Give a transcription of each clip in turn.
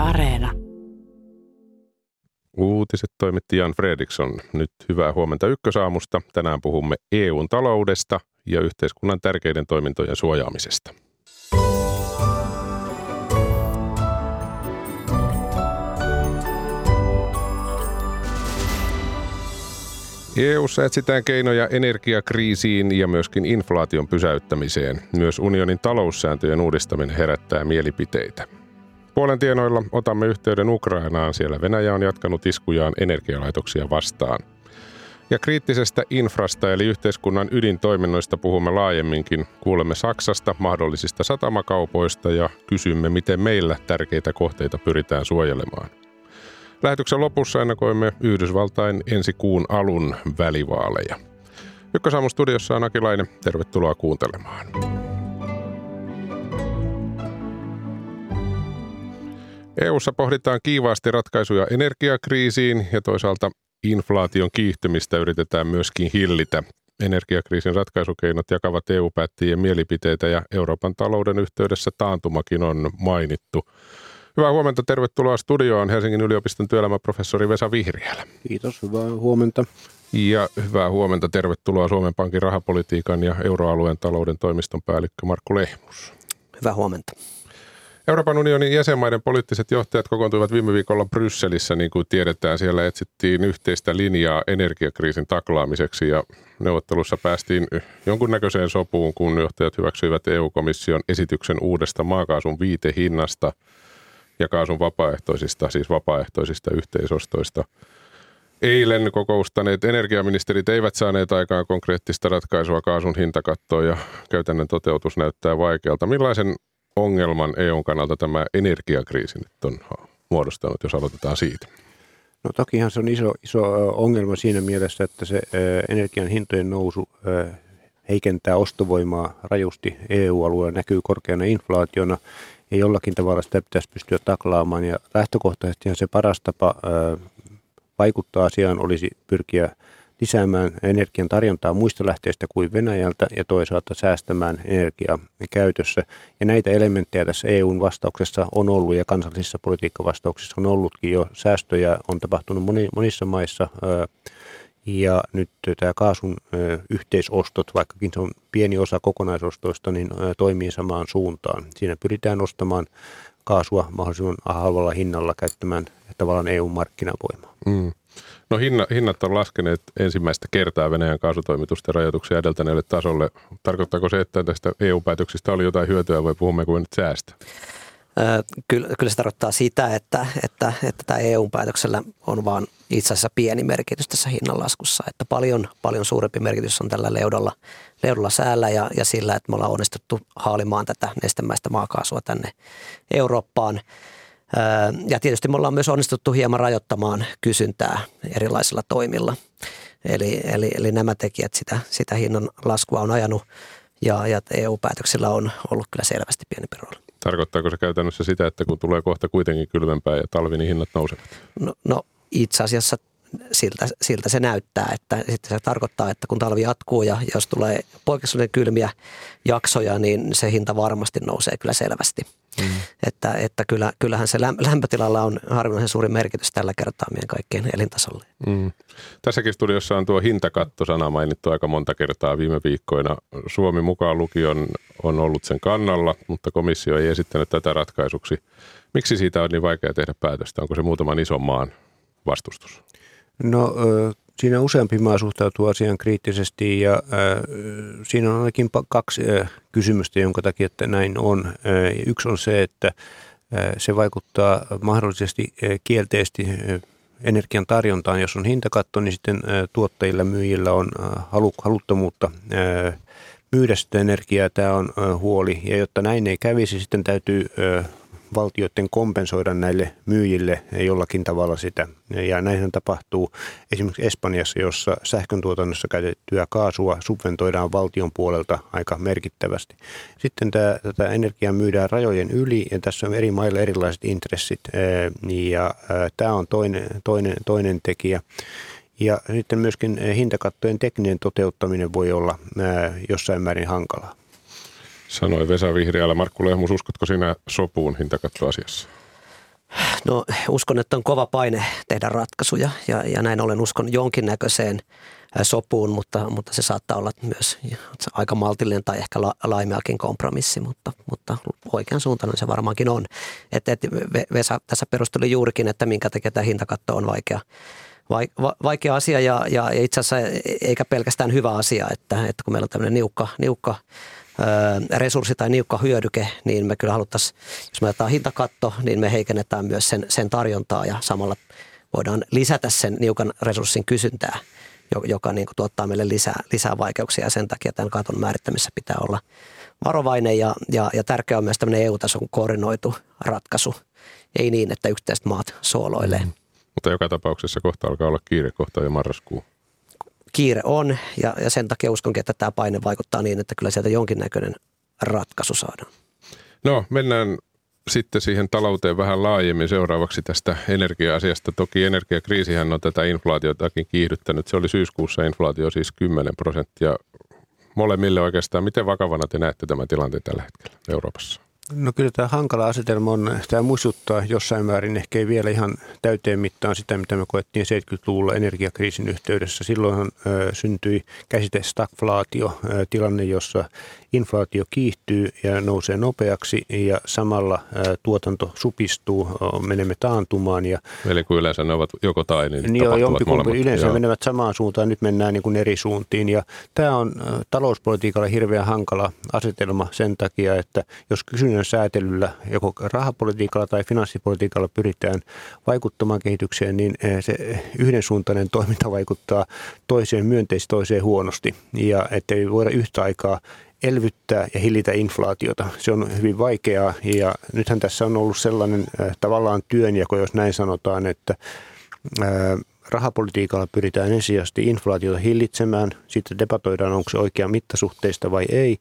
Areena. Uutiset toimitti Jan Fredriksson. Nyt hyvää huomenta Ykkösaamusta. Tänään puhumme EU:n taloudesta ja yhteiskunnan tärkeiden toimintojen suojaamisesta. EU:ssa etsitään keinoja energiakriisiin ja myöskin inflaation pysäyttämiseen. Myös unionin taloussääntöjen uudistaminen herättää mielipiteitä. Puolen tienoilla otamme yhteyden Ukrainaan. Siellä Venäjä on jatkanut iskujaan energialaitoksia vastaan. Ja kriittisestä infrasta eli yhteiskunnan ydintoiminnoista puhumme laajemminkin. Kuulemme Saksasta, mahdollisista satamakaupoista ja kysymme, miten meillä tärkeitä kohteita pyritään suojelemaan. Lähetyksen lopussa ennakoimme Yhdysvaltain ensi kuun alun välivaaleja. Ykkösaamun studiossa on Aki Laine. Tervetuloa kuuntelemaan. EU:ssa pohditaan kiivaasti ratkaisuja energiakriisiin ja toisaalta inflaation kiihtymistä yritetään myöskin hillitä. Energiakriisin ratkaisukeinot jakavat EU-päättäjien mielipiteitä ja Euroopan talouden yhteydessä taantumakin on mainittu. Hyvää huomenta, tervetuloa studioon Helsingin yliopiston työelämäprofessori Vesa Vihriälä. Kiitos, hyvää huomenta. Ja hyvää huomenta, tervetuloa Suomen Pankin rahapolitiikan ja euroalueen talouden toimiston päällikkö Markku Lehmus. Hyvää huomenta. Euroopan unionin jäsenmaiden poliittiset johtajat kokoontuivat viime viikolla Brysselissä, niin kuin tiedetään. Siellä etsittiin yhteistä linjaa energiakriisin taklaamiseksi ja neuvottelussa päästiin jonkunnäköiseen sopuun, kun johtajat hyväksyivät EU-komission esityksen uudesta maakaasun viitehinnasta ja kaasun vapaaehtoisista yhteisostoista. Eilen kokoustaneet energiaministerit eivät saaneet aikaan konkreettista ratkaisua kaasun hintakattoon ja käytännön toteutus näyttää vaikealta. Millaisen ongelman EUn kannalta tämä energiakriisi nyt on muodostanut, jos aloitetaan siitä? No tokihan se on iso ongelma siinä mielessä, että se energian hintojen nousu heikentää ostovoimaa rajusti EU-alueella, näkyy korkeana inflaationa ja jollakin tavalla sitä pitäisi pystyä taklaamaan. Ja lähtökohtaisesti se paras tapa vaikuttaa asiaan olisi pyrkiä lisäämään energian tarjontaa muista lähteistä kuin Venäjältä ja toisaalta säästämään energiaa käytössä. Ja näitä elementtejä tässä EUn vastauksessa on ollut ja kansallisissa politiikkavastauksissa on ollutkin jo. Säästöjä on tapahtunut monissa maissa ja nyt tämä kaasun yhteisostot, vaikkakin se on pieni osa kokonaisostoista, niin toimii samaan suuntaan. Siinä pyritään ostamaan kaasua mahdollisimman halvalla hinnalla käyttämään tavallaan EUn markkinavoimaa. No hinnat on laskeneet ensimmäistä kertaa Venäjän kaasutoimitusten rajoituksia edeltäneelle tasolle. Tarkoittaako se, että tästä EU-päätöksistä oli jotain hyötyä vai puhummeko nyt säästä? Kyllä se tarkoittaa sitä, että tämä EU-päätöksellä on vaan itse asiassa pieni merkitys tässä hinnanlaskussa. Että paljon suurempi merkitys on tällä leudolla säällä ja sillä, että me ollaan onnistuttu haalimaan tätä nestemäistä maakaasua tänne Eurooppaan. Ja tietysti me ollaan myös onnistuttu hieman rajoittamaan kysyntää erilaisilla toimilla. Eli nämä tekijät sitä hinnan laskua on ajanut ja EU-päätöksillä on ollut kyllä selvästi pienempi rooli. Tarkoittaako se käytännössä sitä, että kun tulee kohta kuitenkin kylmempää ja talvi, niin hinnat nousevat? No itse asiassa siltä se näyttää, että sitten se tarkoittaa, että kun talvi jatkuu ja jos tulee poikkeuksellisen kylmiä jaksoja, niin se hinta varmasti nousee kyllä selvästi. Että kyllähän se lämpötilalla on harvinaisen suuri merkitys tällä kertaa meidän kaikkien elintasolle. Tässäkin studiossa on tuo hintakatto-sana mainittu aika monta kertaa viime viikkoina. Suomi mukaan lukion on ollut sen kannalla, mutta komissio ei esittänyt tätä ratkaisuksi. Miksi siitä on niin vaikea tehdä päätöstä? Onko se muutaman ison maan vastustus? No siinä useampi maa suhtautuu asiaan kriittisesti ja siinä on ainakin kaksi kysymystä, jonka takia että näin on. Yksi on se, että se vaikuttaa mahdollisesti kielteisesti energian tarjontaan. Jos on hintakatto, niin sitten tuottajilla ja myyjillä on haluttomuutta myydä sitä energiaa. Tämä on huoli ja jotta näin ei kävisi, sitten täytyy valtioiden kompensoida näille myyjille jollakin tavalla sitä. Ja näinhän tapahtuu esimerkiksi Espanjassa, jossa sähköntuotannossa käytettyä kaasua subventoidaan valtion puolelta aika merkittävästi. Sitten tätä energiaa myydään rajojen yli ja tässä on eri mailla erilaiset intressit ja tämä on toinen tekijä. Ja sitten myöskin hintakattojen tekninen toteuttaminen voi olla jossain määrin hankalaa. Sanoi Vesa Vihriälä. Markku Lehmus, uskotko sinä sopuun hintakattoasiassa? No uskon, että on kova paine tehdä ratkaisuja ja näin ollen uskon jonkinnäköiseen sopuun, mutta se saattaa olla myös aika maltillinen tai ehkä laimeakin kompromissi, mutta oikean suuntaan se varmaankin on. Vesa tässä perusteli juurikin, että minkä takia tämä hintakatto on vaikea asia ja itse asiassa eikä pelkästään hyvä asia, että kun meillä on tämmöinen niukka resurssi tai niukka hyödyke, niin me kyllä haluttaisiin, jos me otetaan hintakatto, niin me heikennetään myös sen tarjontaa ja samalla voidaan lisätä sen niukan resurssin kysyntää, joka niin kuin tuottaa meille lisää vaikeuksia ja sen takia tämän katon määrittämisessä pitää olla varovainen ja tärkeää on myös tämmöinen EU-tason koordinoitu ratkaisu. Ei niin, että yksittäiset maat sooloilee. Mutta joka tapauksessa kohta alkaa olla kiire, kohta jo marraskuu. Kiire on ja sen takia uskonkin, että tämä paine vaikuttaa niin, että kyllä sieltä jonkinnäköinen ratkaisu saadaan. No mennään sitten siihen talouteen vähän laajemmin seuraavaksi tästä energia-asiasta. Toki energiakriisihän on tätä inflaatiotakin kiihdyttänyt. Se oli syyskuussa inflaatio siis 10%. Molemmille oikeastaan, miten vakavana te näette tämän tilanteen tällä hetkellä Euroopassa? No kyllä tämä hankala asetelma on, tämä muistuttaa jossain määrin ehkä ei vielä ihan täyteen mittaan sitä, mitä me koettiin 70-luvulla energiakriisin yhteydessä. Silloinhan syntyi käsite stagflaatio, tilanne, jossa inflaatio kiihtyy ja nousee nopeaksi ja samalla tuotanto supistuu, menemme taantumaan. Eli kun yleensä ne ovat joko tai, niin tapahtuvat molemmat. Yleensä menevät samaan suuntaan, nyt mennään niin kuin eri suuntiin. Ja tämä on talouspolitiikalla hirveän hankala asetelma sen takia, että jos kysynnän säätelyllä, joko rahapolitiikalla tai finanssipolitiikalla pyritään vaikuttamaan kehitykseen, niin se yhdensuuntainen toiminta vaikuttaa toiseen myönteisesti, toiseen huonosti. Ja ettei voida yhtä aikaa elvyttää ja hillitä inflaatiota. Se on hyvin vaikeaa ja nythän tässä on ollut sellainen tavallaan työnjako, jos näin sanotaan, että rahapolitiikalla pyritään ensisijaisesti inflaatiota hillitsemään, sitten debatoidaan, onko se oikea mittasuhteista vai ei,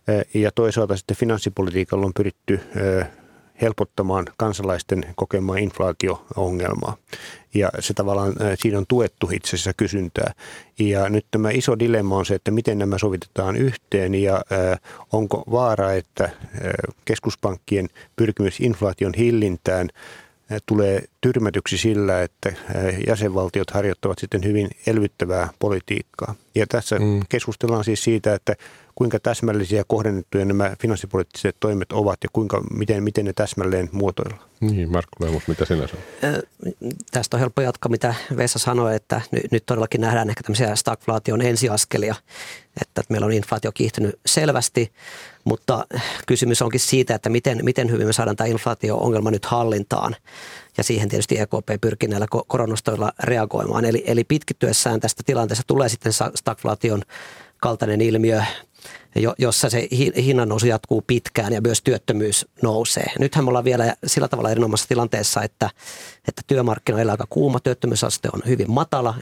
ja toisaalta sitten finanssipolitiikalla on pyritty helpottamaan kansalaisten kokemaa inflaatio-ongelmaa. Ja se tavallaan, siinä on tuettu itse asiassa kysyntää. Ja nyt tämä iso dilemma on se, että miten nämä sovitetaan yhteen ja onko vaara, että keskuspankkien pyrkimys inflaation hillintään tulee tyrmätyksi sillä, että jäsenvaltiot harjoittavat sitten hyvin elvyttävää politiikkaa. Ja tässä keskustellaan siis siitä, että kuinka täsmällisiä kohdennettuja nämä finanssipoliittiset toimet ovat ja miten ne täsmälleen muotoillaan. Niin, Markku Lehmus, mitä sinä sanot? Tästä on helppo jatkaa, mitä Vesa sanoi, että nyt todellakin nähdään ehkä tämmöisiä stagflaation ensiaskelia, että meillä on inflaatio kiihtynyt selvästi, mutta kysymys onkin siitä, että miten hyvin me saadaan tämä inflaatio-ongelma nyt hallintaan. Ja siihen tietysti EKP pyrkii näillä koronostoilla reagoimaan. Eli pitkittyessään tästä tilanteesta tulee sitten stagflaation kaltainen ilmiö, jossa se hinnannousu jatkuu pitkään ja myös työttömyys nousee. Nythän me ollaan vielä sillä tavalla erinomaisessa tilanteessa, että työmarkkinoilla aika kuuma, työttömyysaste on hyvin matala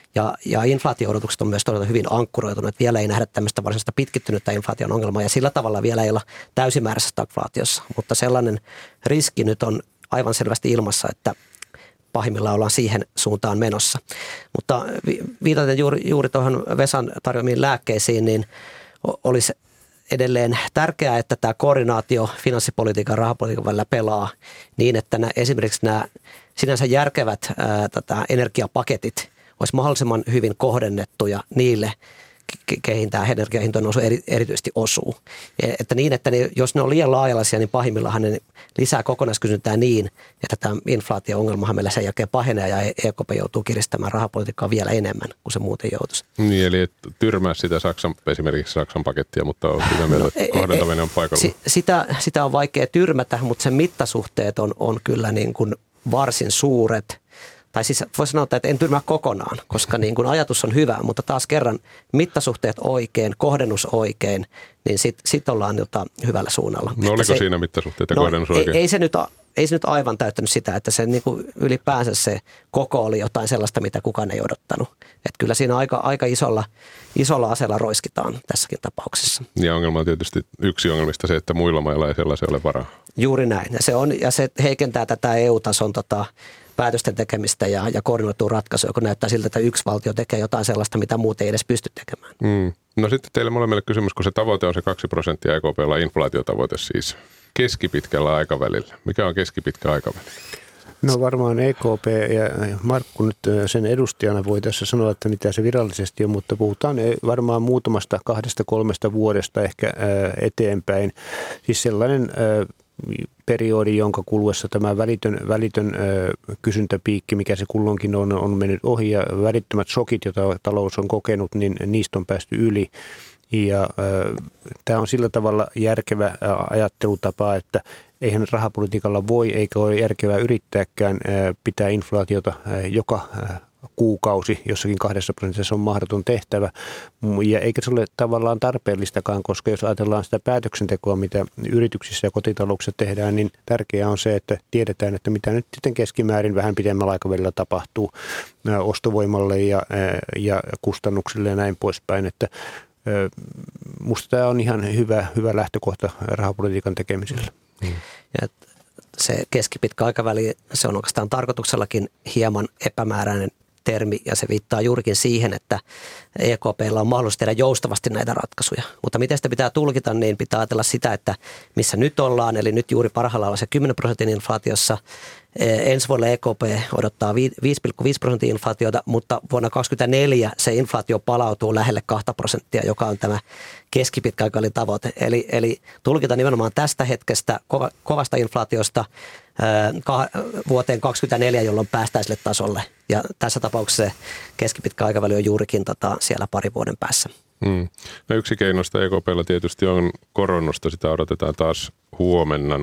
ja inflaatio-odotukset on myös todella hyvin ankkuroitunut. Vielä ei nähdä tämmöistä varsinaista pitkittynyttä inflaation ongelmaa ja sillä tavalla vielä ei olla täysimääräisessä stagflaatiossa. Mutta sellainen riski nyt on aivan selvästi ilmassa, että pahimmillaan ollaan siihen suuntaan menossa. Mutta viitaten juuri tuohon Vesan tarjoamiin lääkkeisiin, niin olisi edelleen tärkeää, että tämä koordinaatio finanssipolitiikan ja rahapolitiikan välillä pelaa niin, että esimerkiksi nämä sinänsä järkevät energiapaketit olisi mahdollisimman hyvin kohdennettuja niille, keihin tämä energiahintojen nousu erityisesti osuu. Että niin, että jos ne on liian laajalaisia, niin pahimmillaan ne lisää kokonaiskysyntää niin, että tämä inflaatio-ongelmahan meillä sen jälkeen pahenee ja EKP joutuu kiristämään rahapolitiikkaa vielä enemmän kuin se muuten joutuisi. Niin, eli tyrmää sitä esimerkiksi Saksan pakettia, mutta on sitä mieltä, että kohdentaminen on paikalla. Sitä on vaikea tyrmätä, mutta sen mittasuhteet on kyllä niin kuin varsin suuret. Tai siis voi sanoa, että en tyrmää kokonaan, koska niin kuin ajatus on hyvä, mutta taas kerran mittasuhteet oikein, kohdennus oikein, niin sit ollaan hyvällä suunnalla. No oliko siinä mittasuhteet ja kohdennus oikein? Ei se nyt aivan täyttänyt sitä, että se niin kuin ylipäänsä se koko oli jotain sellaista, mitä kukaan ei odottanut. Että kyllä siinä aika isolla aseella roiskitaan tässäkin tapauksessa. Ja ongelma on tietysti yksi ongelmista se, että muilla mailla ei sellaisia ole varaa. Juuri näin. Ja se heikentää tätä EU-tason päätösten tekemistä ja koordinoitua ratkaisua, kun näyttää siltä, että yksi valtio tekee jotain sellaista, mitä muut ei edes pysty tekemään. No sitten teille molemmille kysymys, kun se tavoite on se 2% EKP:lla inflaatiotavoite siis keskipitkällä aikavälillä. Mikä on keskipitkä aikaväli? No varmaan EKP ja Markku nyt sen edustajana voi tässä sanoa, että mitä se virallisesti on, mutta puhutaan varmaan muutamasta 2-3 vuodesta ehkä eteenpäin. Siis sellainen periodi, jonka kuluessa tämä välitön kysyntäpiikki, mikä se kulloinkin on mennyt ohi ja välittömät shokit, joita talous on kokenut, niin niistä on päästy yli. Ja tämä on sillä tavalla järkevä ajattelutapa, että eihän rahapolitiikalla voi eikä ole järkevää yrittääkään pitää inflaatiota joka kuukausi, jossakin 2% on mahdoton tehtävä. Ja eikä se ole tavallaan tarpeellistakaan, koska jos ajatellaan sitä päätöksentekoa, mitä yrityksissä ja kotitalouksissa tehdään, niin tärkeää on se, että tiedetään, että mitä nyt sitten keskimäärin vähän pidemmällä aikavälillä tapahtuu ostovoimalle ja kustannuksille ja näin poispäin. Että musta tämä on ihan hyvä lähtökohta rahapolitiikan tekemiselle. Ja se keskipitkä aikaväli, se on oikeastaan tarkoituksellakin hieman epämääräinen termi ja se viittaa juurikin siihen, että EKP:llä on mahdollisuus tehdä joustavasti näitä ratkaisuja. Mutta miten sitä pitää tulkita, niin pitää ajatella sitä, että missä nyt ollaan, eli nyt juuri parhaillaan se 10% inflaatiossa. Ensi vuonna EKP odottaa 5,5% inflaatiota, mutta vuonna 2024 se inflaatio palautuu lähelle 2%, joka on tämä keskipitkäaikavälin tavoite. Eli tulkita nimenomaan tästä hetkestä kovasta inflaatiosta vuoteen 2024, jolloin päästään sille tasolle. Ja tässä tapauksessa se keskipitkä aikaväli on juurikin siellä parin vuoden päässä. No yksi keinoista EKP:llä tietysti on koronnosto. Sitä odotetaan taas huomenna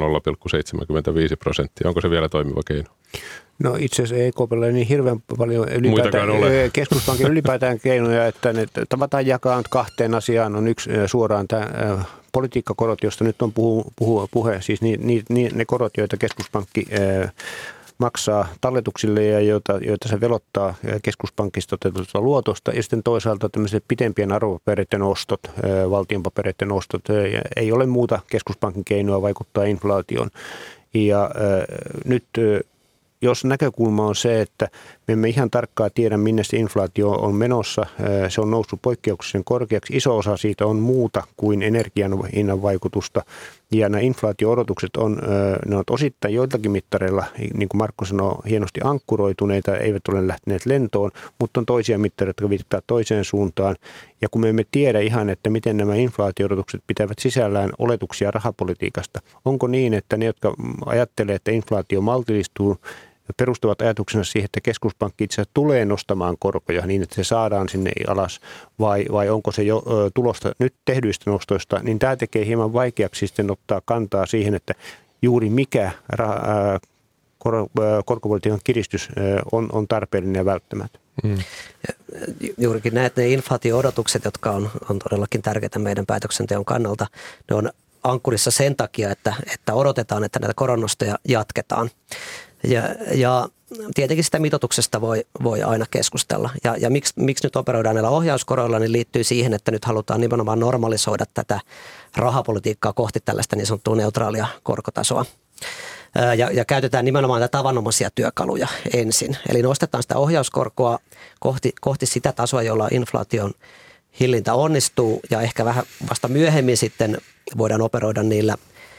0,75%. Onko se vielä toimiva keino? No itse asiassa EKP:llä ei niin hirveän paljon keskuspankin ylipäätään keinoja, että ne tavataan jakaa kahteen asiaan. On yksi suoraan tämä politiikkakorot, josta nyt on puhe, siis ne korot, joita keskuspankki maksaa talletuksille ja joita se velottaa keskuspankista otetusta luotosta. Ja sitten toisaalta tämmöiset pitempien arvopapereiden ostot, valtionpapereiden ostot. Ei ole muuta keskuspankin keinoa vaikuttaa inflaatioon. Ja nyt jos näkökulma on se, että me emme ihan tarkkaan tiedä, minne se inflaatio on menossa, se on noussut poikkeuksellisen korkeaksi. Iso osa siitä on muuta kuin energian hinnan vaikutusta. Ja nämä inflaatio-odotukset ne on osittain joiltakin mittareilla, niin kuin Markku sanoi, hienosti ankkuroituneita, eivät ole lähteneet lentoon, mutta on toisia mittareita, jotka viittaa toiseen suuntaan. Ja kun me emme tiedä ihan, että miten nämä inflaatio-odotukset pitävät sisällään oletuksia rahapolitiikasta, onko niin, että ne, jotka ajattelee, että inflaatio maltillistuu, perustuvat ajatuksena siihen, että keskuspankki itse asiassa tulee nostamaan korkoja niin, että se saadaan sinne alas, vai onko se jo tulosta nyt tehdyistä nostoista, niin tämä tekee hieman vaikeaksi sitten ottaa kantaa siihen, että juuri mikä korkopolitiikan kiristys on tarpeellinen ja välttämätön. Juurikin ne inflaatio-odotukset, jotka on todellakin tärkeitä meidän päätöksenteon kannalta, ne on ankkurissa sen takia, että odotetaan, että näitä koronnostoja jatketaan. Ja tietenkin sitä mitoituksesta voi aina keskustella. Ja miksi nyt operoidaan näillä ohjauskoroilla, niin liittyy siihen, että nyt halutaan nimenomaan normalisoida tätä rahapolitiikkaa kohti tällaista niin sanottua neutraalia korkotasoa. Ja käytetään nimenomaan näitä tavanomaisia työkaluja ensin. Eli nostetaan sitä ohjauskorkoa kohti sitä tasoa, jolla inflaation hillintä onnistuu ja ehkä vähän vasta myöhemmin sitten voidaan operoida niillä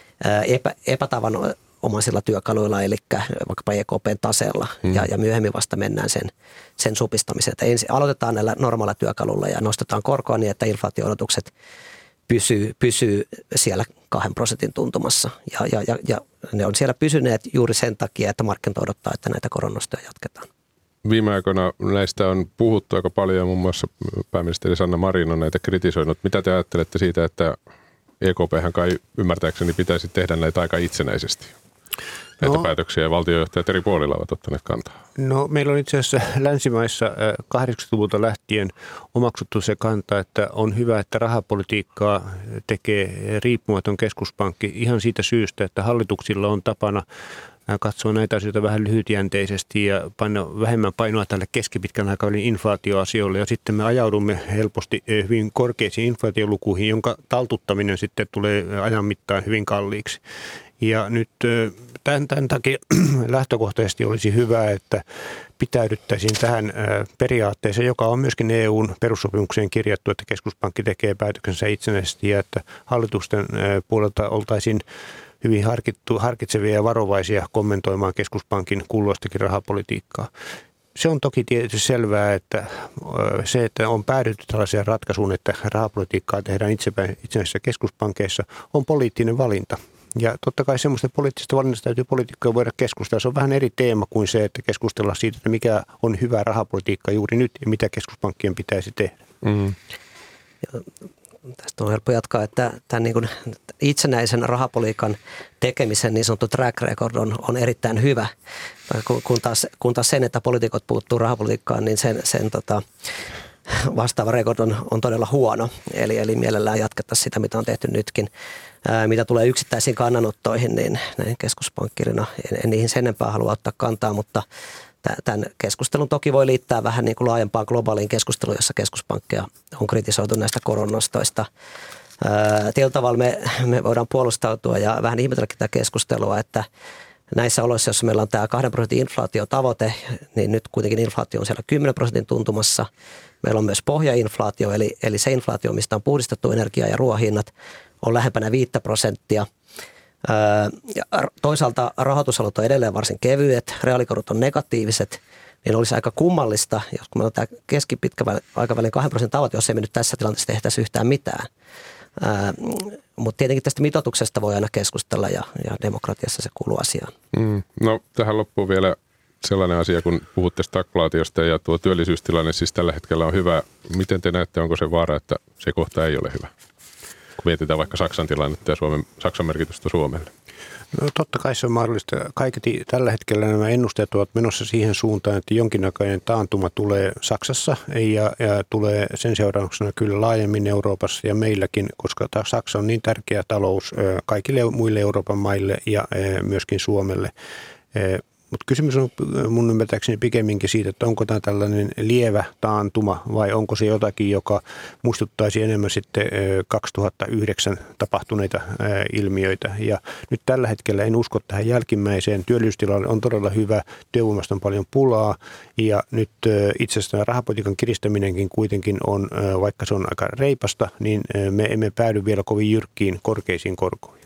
epätavanomaisilla työkaluilla, eli vaikkapa EKP:n taseella ja myöhemmin vasta mennään sen supistamiseen. Että ensin aloitetaan näillä normaalilla työkalulla ja nostetaan korkoa niin, että inflaatio-odotukset pysyy siellä 2% tuntumassa ja ne on siellä pysyneet juuri sen takia, että markkinat odottaa, että näitä koronnostoja jatketaan. Viime aikoina näistä on puhuttu aika paljon, muun muassa pääministeri Sanna Marin on näitä kritisoinut. Mitä te ajattelette siitä, että EKP:hän kai ymmärtääkseni pitäisi tehdä näitä aika itsenäisesti? Näitä päätöksiä ja valtiojohtajat eri puolilla ovat ottaneet kantaa. No meillä on itse asiassa länsimaissa 80-luvulta lähtien omaksuttu se kanta, että on hyvä, että rahapolitiikkaa tekee riippumaton keskuspankki ihan siitä syystä, että hallituksilla on tapana katsoa näitä asioita vähän lyhytjänteisesti ja panna vähemmän painoa tälle keskipitkän aikavälin inflaatioasioille. Ja sitten me ajaudumme helposti hyvin korkeisiin inflaatiolukuihin, jonka taltuttaminen sitten tulee ajan mittaan hyvin kalliiksi. Ja nyt tämän takia lähtökohtaisesti olisi hyvä, että pitäydyttäisiin tähän periaatteeseen, joka on myöskin EU:n perussopimukseen kirjattu, että keskuspankki tekee päätöksensä itsenäisesti ja että hallitusten puolelta oltaisiin hyvin harkitsevia ja varovaisia kommentoimaan keskuspankin kulloistakin rahapolitiikkaa. Se on toki tietysti selvää, että se, että on päädytty tällaiseen ratkaisuun, että rahapolitiikkaa tehdään itsenäisissä keskuspankeissa, on poliittinen valinta. Ja totta kai semmoista poliittisesta valinnasta täytyy poliitikkoja voida keskustella. Se on vähän eri teema kuin se, että keskustellaan siitä, että mikä on hyvä rahapolitiikka juuri nyt ja mitä keskuspankkien pitäisi tehdä. Mm. Tästä on helppo jatkaa, että tämän niin kuin itsenäisen rahapolitiikan tekemisen niin sanottu track record on erittäin hyvä, kun taas sen, että poliitikot puuttuu rahapolitiikkaan, niin sen vastaava rekord on todella huono. Eli mielellään jatkettaisiin sitä, mitä on tehty nytkin. Mitä tulee yksittäisiin kannanottoihin, niin näin keskuspankkirina en niihin sen enempää halua ottaa kantaa, mutta tämän keskustelun toki voi liittää vähän niin kuin laajempaan globaaliin keskusteluun, jossa keskuspankkeja on kritisoitu näistä koronnostoista. Tietyllä tavalla me voidaan puolustautua ja vähän ihmetelläkin tätä keskustelua, että näissä oloissa, jossa meillä on tämä 2% inflaatiotavoite, niin nyt kuitenkin inflaatio on siellä 10% tuntumassa. Meillä on myös pohjainflaatio, eli se inflaatio, mistä on puhdistettu energia- ja ruoahinnat, on lähempänä 5%. Toisaalta rahoitusalut on edelleen varsin kevyet, reaalikorot on negatiiviset, niin olisi aika kummallista, jos kun meillä on tämä keskipitkän aikavälin 2% tavoite, jos ei me nyt tässä tilanteessa tehtäisi yhtään mitään. Mutta tietenkin tästä mitoituksesta voi aina keskustella ja demokratiassa se kuuluu asiaan. No tähän loppuu vielä sellainen asia, kun puhutte stagflaatiosta ja tuo työllisyystilanne siis tällä hetkellä on hyvä. Miten te näette, onko se vaara, että se kohta ei ole hyvä? Kun mietitään vaikka Saksan tilannetta ja Saksan merkitystä Suomelle. No totta kai se on mahdollista. Kaiketi tällä hetkellä nämä ennusteet ovat menossa siihen suuntaan, että jonkinnäköinen taantuma tulee Saksassa ja tulee sen seurauksena kyllä laajemmin Euroopassa ja meilläkin, koska Saksa on niin tärkeä talous kaikille muille Euroopan maille ja myöskin Suomelle. Mutta kysymys on mun ymmärtääkseni pikemminkin siitä, että onko tämä tällainen lievä taantuma vai onko se jotakin, joka muistuttaisi enemmän sitten 2009 tapahtuneita ilmiöitä. Ja nyt tällä hetkellä en usko tähän jälkimmäiseen. Työllisyystilanne on todella hyvä, työvoimasta on paljon pulaa ja nyt itse asiassa rahapolitiikan kiristäminenkin kuitenkin on, vaikka se on aika reipasta, niin me emme päädy vielä kovin jyrkkiin korkeisiin korkoihin.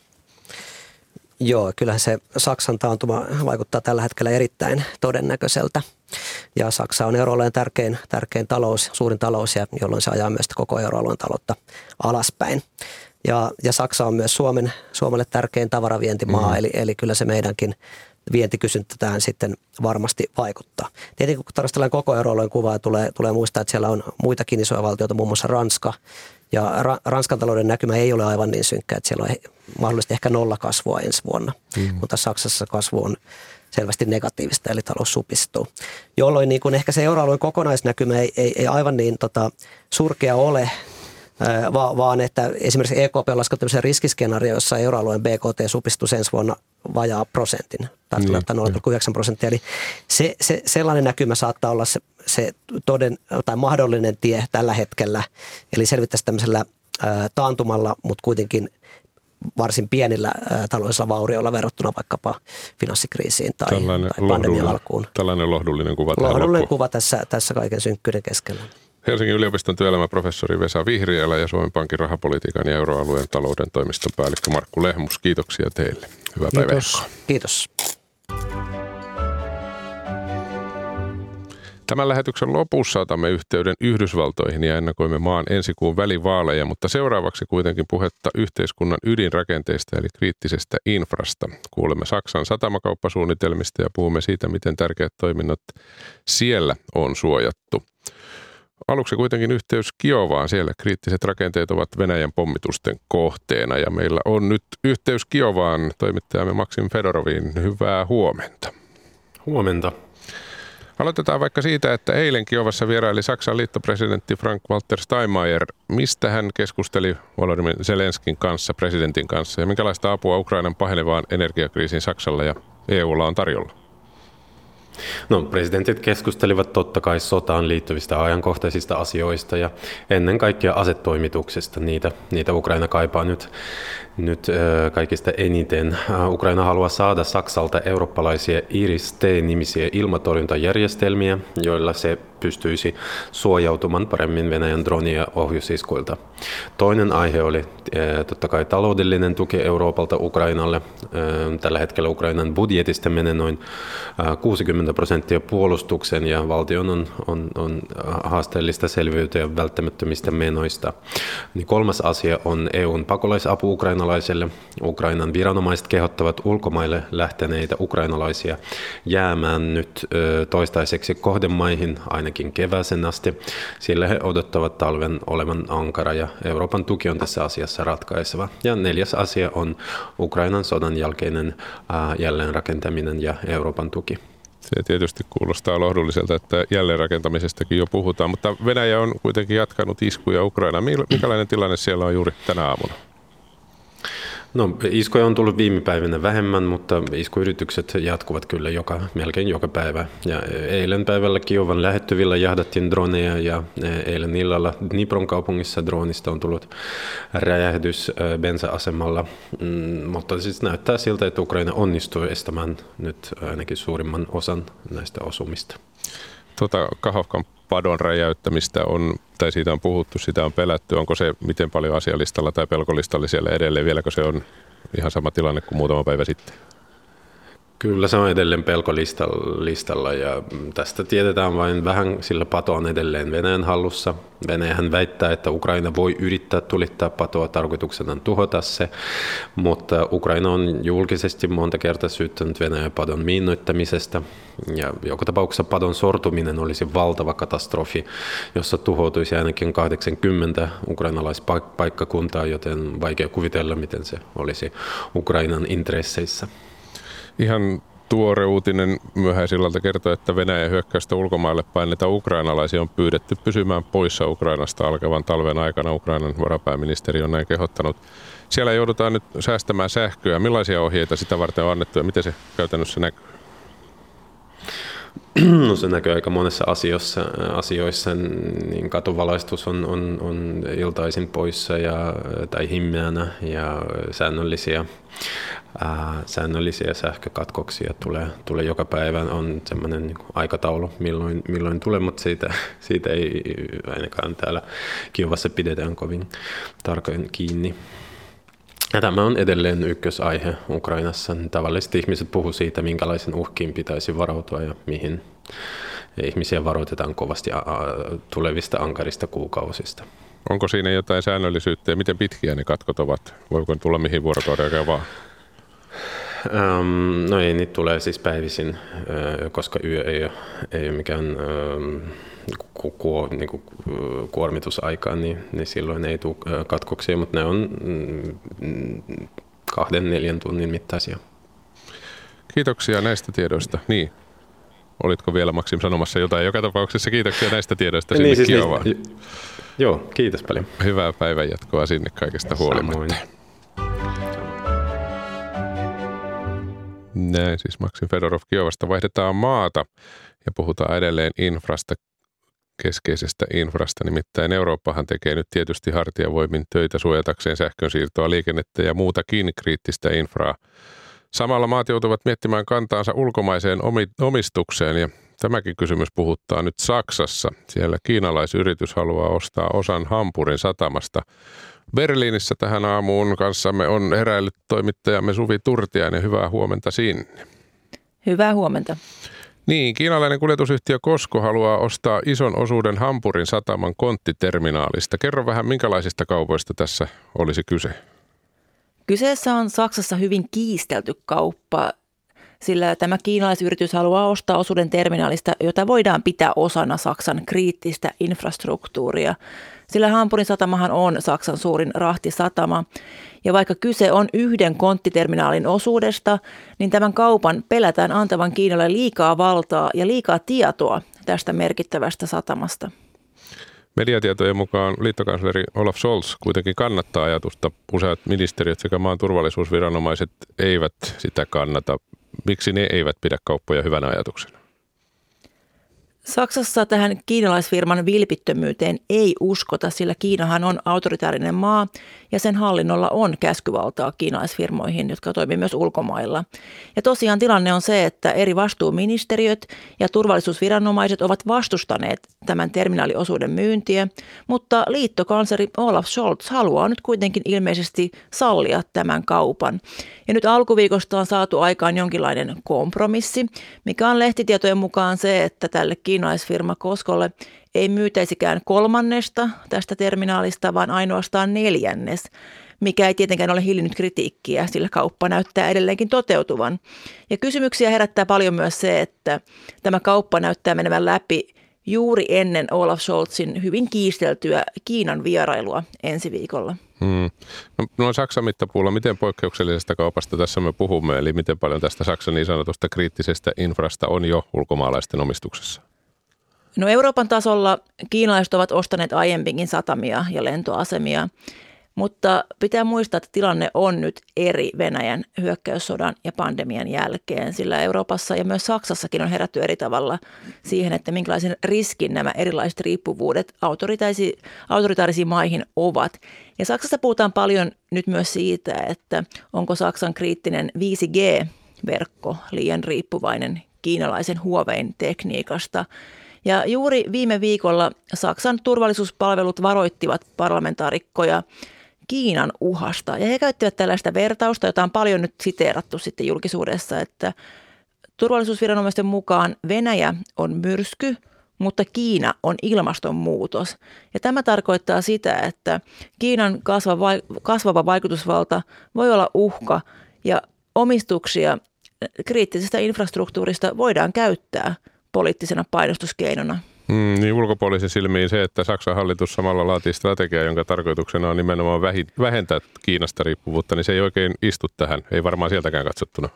Joo, kyllähän se Saksan taantuma vaikuttaa tällä hetkellä erittäin todennäköiseltä. Ja Saksa on euroalueen tärkein talous, suurin talous, ja jolloin se ajaa myös koko euroalueen taloutta alaspäin. Ja Saksa on myös Suomelle tärkein tavaravientimaa, eli kyllä se meidänkin vientikysyntään sitten varmasti vaikuttaa. Tietenkin kun tarkastellaan koko euroalueen kuvaa, tulee muistaa, että siellä on muitakin isoja valtioita, muun muassa Ranska. Ja Ranskan talouden näkymä ei ole aivan niin synkkä, että siellä on mahdollisesti ehkä nollakasvua ensi vuonna, mutta Saksassa kasvu on selvästi negatiivista, eli talous supistuu. Jolloin niin kun ehkä se euroalueen kokonaisnäkymä ei aivan niin surkea ole, vaan että esimerkiksi EKP on laskenut tämmöisen riskiskenaario, jossa euroalueen BKT supistuu ensi vuonna vajaa prosentin, tai 0,9%. Eli sellainen näkymä saattaa olla se mahdollinen tie tällä hetkellä, eli selvittäisi tämmöisellä taantumalla, mutta kuitenkin varsin pienillä taloudellisilla vaurioilla verrattuna vaikkapa finanssikriisiin tai pandemian alkuun. Tällainen lohdullinen kuva. Lohdullinen kuva tässä kaiken synkkyyden keskellä. Helsingin yliopiston työelämäprofessori Vesa Vihriälä ja Suomen Pankin rahapolitiikan ja euroalueen talouden toimiston päällikkö Markku Lehmus. Kiitoksia teille. Hyvää päivää. Kiitos. Tämän lähetyksen lopussa otamme yhteyden Yhdysvaltoihin ja ennakoimme maan ensi kuun välivaaleja, mutta seuraavaksi kuitenkin puhetta yhteiskunnan ydinrakenteista eli kriittisestä infrasta. Kuulemme Saksan satamakauppasuunnitelmista ja puhumme siitä, miten tärkeät toiminnot siellä on suojattu. Aluksi kuitenkin yhteys Kiovaan. Siellä kriittiset rakenteet ovat Venäjän pommitusten kohteena ja meillä on nyt yhteys Kiovaan toimittajamme Maksim Fedoroviin. Hyvää huomenta. Huomenta. Aloitetaan vaikka siitä, että eilen Kiovassa vieraili Saksan liittopresidentti Frank-Walter Steinmeier. Mistä hän keskusteli Volodymyr Zelenskin kanssa, presidentin kanssa, ja minkälaista apua Ukrainan pahenevaan energiakriisiin Saksalla ja EUlla on tarjolla? No, presidentit keskustelivat totta kai sotaan liittyvistä ajankohtaisista asioista ja ennen kaikkea asetoimituksesta. Niitä Ukraina kaipaa nyt kaikista eniten. Ukraina haluaa saada Saksalta eurooppalaisia Iris-T-nimisiä ilmatorjuntajärjestelmiä, joilla se pystyisi suojautumaan paremmin Venäjän droni- ja ohjusiskuilta. Toinen aihe oli totta kai taloudellinen tuki Euroopalta Ukrainalle. Tällä hetkellä Ukrainan budjetista menee noin 60% puolustuksen ja valtion on haasteellista selviytyä välttämättömistä menoista. Niin kolmas asia on EUn pakolaisapu ukrainalaisille. Ukrainan viranomaiset kehottavat ulkomaille lähteneitä ukrainalaisia jäämään nyt toistaiseksi kohdemaihin ainakin kevääseen asti, sillä he odottavat talven olevan ankara ja Euroopan tuki on tässä asiassa ratkaiseva. Ja neljäs asia on Ukrainan sodan jälkeinen jälleenrakentaminen ja Euroopan tuki. Se tietysti kuulostaa lohdulliselta, että jälleenrakentamisestakin jo puhutaan, mutta Venäjä on kuitenkin jatkanut iskuja Ukrainaan. Minkälainen tilanne siellä on juuri tänä aamuna? No, iskuja on tullut viime päivinä vähemmän, mutta iskuyritykset jatkuvat kyllä melkein joka päivä. Ja eilen päivällä Kiovan lähettyvillä jahdattiin droneja ja eilen illalla Dnipron kaupungissa dronista on tullut räjähdys bensa-asemalla. Mutta siis näyttää siltä, että Ukraina onnistuu estämään nyt ainakin suurimman osan näistä osumista. Kahovkan padon räjäyttämistä siitä on puhuttu, sitä on pelätty. Onko se miten paljon asialistalla tai pelkolistalla siellä edelleen? Vieläkö se on ihan sama tilanne kuin muutama päivä sitten? Kyllä se on edelleen pelkolistalla ja tästä tiedetään vain vähän, sillä pato on edelleen Venäjän hallussa. Venäjähän väittää, että Ukraina voi yrittää tulittaa patoa tarkoituksena tuhota se, mutta Ukraina on julkisesti monta kertaa syyttänyt Venäjän padon miinoittamisesta. Ja joka tapauksessa padon sortuminen olisi valtava katastrofi, jossa tuhoutuisi ainakin 80 ukrainalaispaikkakuntaa, joten vaikea kuvitella, miten se olisi Ukrainan intresseissä. Ihan tuore uutinen myöhäisillalta kertoo, että Venäjän hyökkäystä ulkomaille paineita ukrainalaisia on pyydetty pysymään poissa Ukrainasta alkavan talven aikana. Ukrainan varapääministeri on näin kehottanut. Siellä joudutaan nyt säästämään sähköä. Millaisia ohjeita sitä varten on annettu ja miten se käytännössä näkyy? No, se näkyy aika monessa asioissa, niin katuvalaistus on iltaisin poissa tai himmeänä ja säännöllisiä sähkökatkoksia tulee joka päivä. On semmoinen niin aikataulu, milloin tulee, mutta siitä ei ainakaan täällä Kiovassa pidetään kovin tarkoin kiinni. Ja tämä on edelleen ykkösaihe Ukrainassa. Tavallisesti ihmiset puhuu siitä, minkälaisen uhkiin pitäisi varautua ja mihin ihmisiä varoitetaan kovasti tulevista ankarista kuukausista. Onko siinä jotain säännöllisyyttä ja miten pitkiä ne katkot ovat? Voiko tulla mihin vuorokauden vaan? No ei, niitä tulee siis päivisin, koska yö ei ole mikään kuormitusaikaan, niin silloin ei tule katkoksia, mutta ne on 2-4 tunnin mittaisia. Kiitoksia näistä tiedoista. Niin, olitko vielä Maksim sanomassa jotain? Joka tapauksessa kiitoksia näistä tiedoista sinne niin, Kiovaan. Joo, kiitos paljon. Hyvää päivänjatkoa sinne kaikesta huolimatta. Näin siis Maksim Fedorov Kiovasta. Vaihdetaan maata ja puhutaan edelleen infrasta, keskeisestä infrasta. Nimittäin Eurooppahan tekee nyt tietysti hartiavoimin töitä suojatakseen sähkönsiirtoa, liikennettä ja muutakin kriittistä infraa. Samalla maat joutuvat miettimään kantaansa ulkomaiseen omistukseen ja tämäkin kysymys puhuttaa nyt Saksassa. Siellä kiinalaisyritys haluaa ostaa osan Hampurin satamasta. Berliinissä tähän aamuun kanssamme on heräillyt toimittajamme Suvi Turtiainen. Hyvää huomenta sinne. Hyvää huomenta. Niin, kiinalainen kuljetusyhtiö Kosko haluaa ostaa ison osuuden Hampurin sataman konttiterminaalista. Kerro vähän, minkälaisista kaupoista tässä olisi kyse? Kyseessä on Saksassa hyvin kiistelty kauppa, sillä tämä kiinalaisyritys haluaa ostaa osuuden terminaalista, jota voidaan pitää osana Saksan kriittistä infrastruktuuria. Sillä Hampurin satamahan on Saksan suurin rahtisatama. Ja vaikka kyse on yhden konttiterminaalin osuudesta, niin tämän kaupan pelätään antavan Kiinalle liikaa valtaa ja liikaa tietoa tästä merkittävästä satamasta. Mediatietojen mukaan liittokansleri Olaf Scholz kuitenkin kannattaa ajatusta. Useat ministeriöt sekä maan turvallisuusviranomaiset eivät sitä kannata. Miksi ne eivät pidä kauppoja hyvänä ajatuksena? Saksassa tähän kiinalaisfirman vilpittömyyteen ei uskota, sillä Kiinahan on autoritaarinen maa ja sen hallinnolla on käskyvaltaa kiinalaisfirmoihin, jotka toimivat myös ulkomailla. Ja tosiaan tilanne on se, että eri vastuuministeriöt ja turvallisuusviranomaiset ovat vastustaneet tämän terminaaliosuuden myyntiä, mutta liittokansleri Olaf Scholz haluaa nyt kuitenkin ilmeisesti sallia tämän kaupan. Ja nyt alkuviikosta on saatu aikaan jonkinlainen kompromissi, mikä on lehtitietojen mukaan se, että tälle kiinalaisfirma Coscolle ei myytäisikään 1/3 tästä terminaalista, vaan ainoastaan 1/4, mikä ei tietenkään ole hillinnyt kritiikkiä, sillä kauppa näyttää edelleenkin toteutuvan. Ja kysymyksiä herättää paljon myös se, että tämä kauppa näyttää menevän läpi juuri ennen Olaf Scholzin hyvin kiisteltyä Kiinan vierailua ensi viikolla. No Saksan mittapuulla, miten poikkeuksellisesta kaupasta tässä me puhumme, eli miten paljon tästä Saksan niin sanotusta kriittisestä infrasta on jo ulkomaalaisten omistuksessa? No Euroopan tasolla kiinalaiset ovat ostaneet aiemminkin satamia ja lentoasemia, mutta pitää muistaa, että tilanne on nyt eri Venäjän hyökkäyssodan ja pandemian jälkeen, sillä Euroopassa ja myös Saksassakin on herätty eri tavalla siihen, että minkälaisen riskin nämä erilaiset riippuvuudet autoritaarisiin maihin ovat. Ja Saksassa puhutaan paljon nyt myös siitä, että onko Saksan kriittinen 5G-verkko liian riippuvainen kiinalaisen Huawein tekniikasta. Ja juuri viime viikolla Saksan turvallisuuspalvelut varoittivat parlamentaarikkoja Kiinan uhasta. Ja he käyttivät tällaista vertausta, jota on paljon nyt siteerattu sitten julkisuudessa, että turvallisuusviranomaisten mukaan Venäjä on myrsky, mutta Kiina on ilmastonmuutos. Ja tämä tarkoittaa sitä, että Kiinan kasvava vaikutusvalta voi olla uhka ja omistuksia kriittisestä infrastruktuurista voidaan käyttää poliittisena painostuskeinona. Niin ulkopuolisen silmiin se, että Saksan hallitus samalla laatii strategiaa, jonka tarkoituksena on nimenomaan vähentää Kiinasta riippuvuutta, niin se ei oikein istu tähän, ei varmaan sieltäkään katsottuna.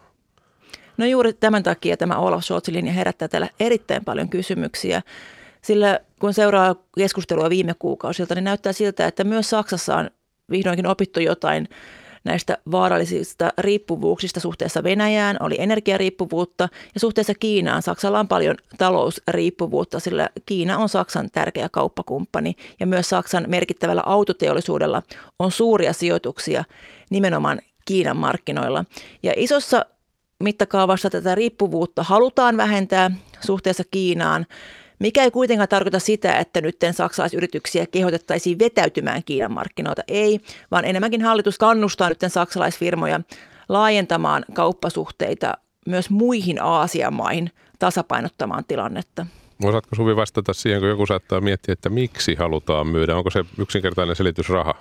No juuri tämän takia tämä Olaf Scholzin linja herättää täällä erittäin paljon kysymyksiä, sillä kun seuraa keskustelua viime kuukausilta, niin näyttää siltä, että myös Saksassa on vihdoinkin opittu jotain näistä vaarallisista riippuvuuksista suhteessa Venäjään, oli energiariippuvuutta ja suhteessa Kiinaan Saksalla on paljon talousriippuvuutta, sillä Kiina on Saksan tärkeä kauppakumppani ja myös Saksan merkittävällä autoteollisuudella on suuria sijoituksia nimenomaan Kiinan markkinoilla. Ja isossa mittakaavassa tätä riippuvuutta halutaan vähentää suhteessa Kiinaan, mikä ei kuitenkaan tarkoita sitä, että nyt saksalaisyrityksiä kehotettaisiin vetäytymään Kiinan markkinoilta. Ei, vaan enemmänkin hallitus kannustaa nyt saksalaisfirmoja laajentamaan kauppasuhteita myös muihin Aasian maihin tasapainottamaan tilannetta. Osaatko Suvi vastata siihen, kun joku saattaa miettiä, että miksi halutaan myydä? Onko se yksinkertainen selitys raha?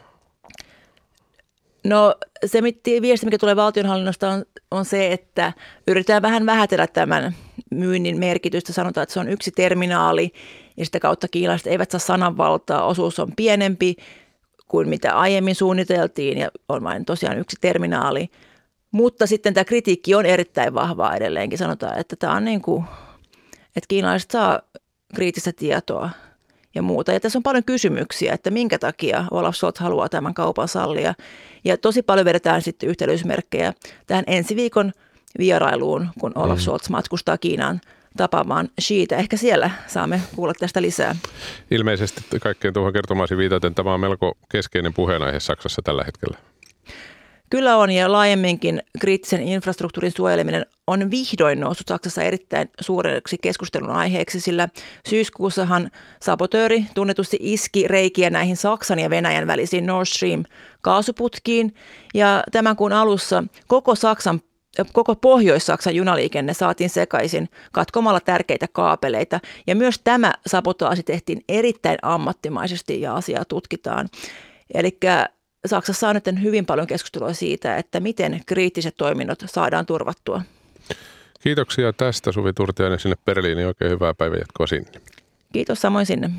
No se viesti, mikä tulee valtionhallinnosta on se, että yritetään vähän vähätellä tämän myynnin merkitystä. Sanotaan, että se on yksi terminaali ja sitä kautta kiinalaiset eivät saa sananvaltaa. Osuus on pienempi kuin mitä aiemmin suunniteltiin ja on vain tosiaan yksi terminaali. Mutta sitten tämä kritiikki on erittäin vahvaa edelleenkin. Sanotaan, että tämä on niin kuin, että kiinalaiset saa kriittistä tietoa ja muuta. Ja tässä on paljon kysymyksiä, että minkä takia Olaf Scholz haluaa tämän kaupan sallia. Ja tosi paljon vedetään sitten yhteydysmerkkejä tähän ensi viikon vierailuun, kun Olaf Scholz matkustaa Kiinaan tapaamaan Xiitä. Ehkä siellä saamme kuulla tästä lisää. Ilmeisesti kaikkeen tuohon kertomaasi viitaten tämä on melko keskeinen puheenaihe Saksassa tällä hetkellä. Kyllä on, ja laajemminkin kriittisen infrastruktuurin suojeleminen on vihdoin noussut Saksassa erittäin suureksi keskustelun aiheeksi, sillä syyskuussahan sabotööri tunnetusti iski reikiä näihin Saksan ja Venäjän välisiin Nord Stream kaasuputkiin, ja tämän kuun alussa koko Pohjois-Saksan junaliikenne saatiin sekaisin katkomalla tärkeitä kaapeleita, ja myös tämä sabotaasi tehtiin erittäin ammattimaisesti ja asiaa tutkitaan. Elikkä Saksassa on nyt hyvin paljon keskustelua siitä, että miten kriittiset toiminnot saadaan turvattua. Kiitoksia tästä Suvi Turtiainen sinne Berliiniin. Oikein hyvää päivänjatkoa sinne. Kiitos samoin sinne.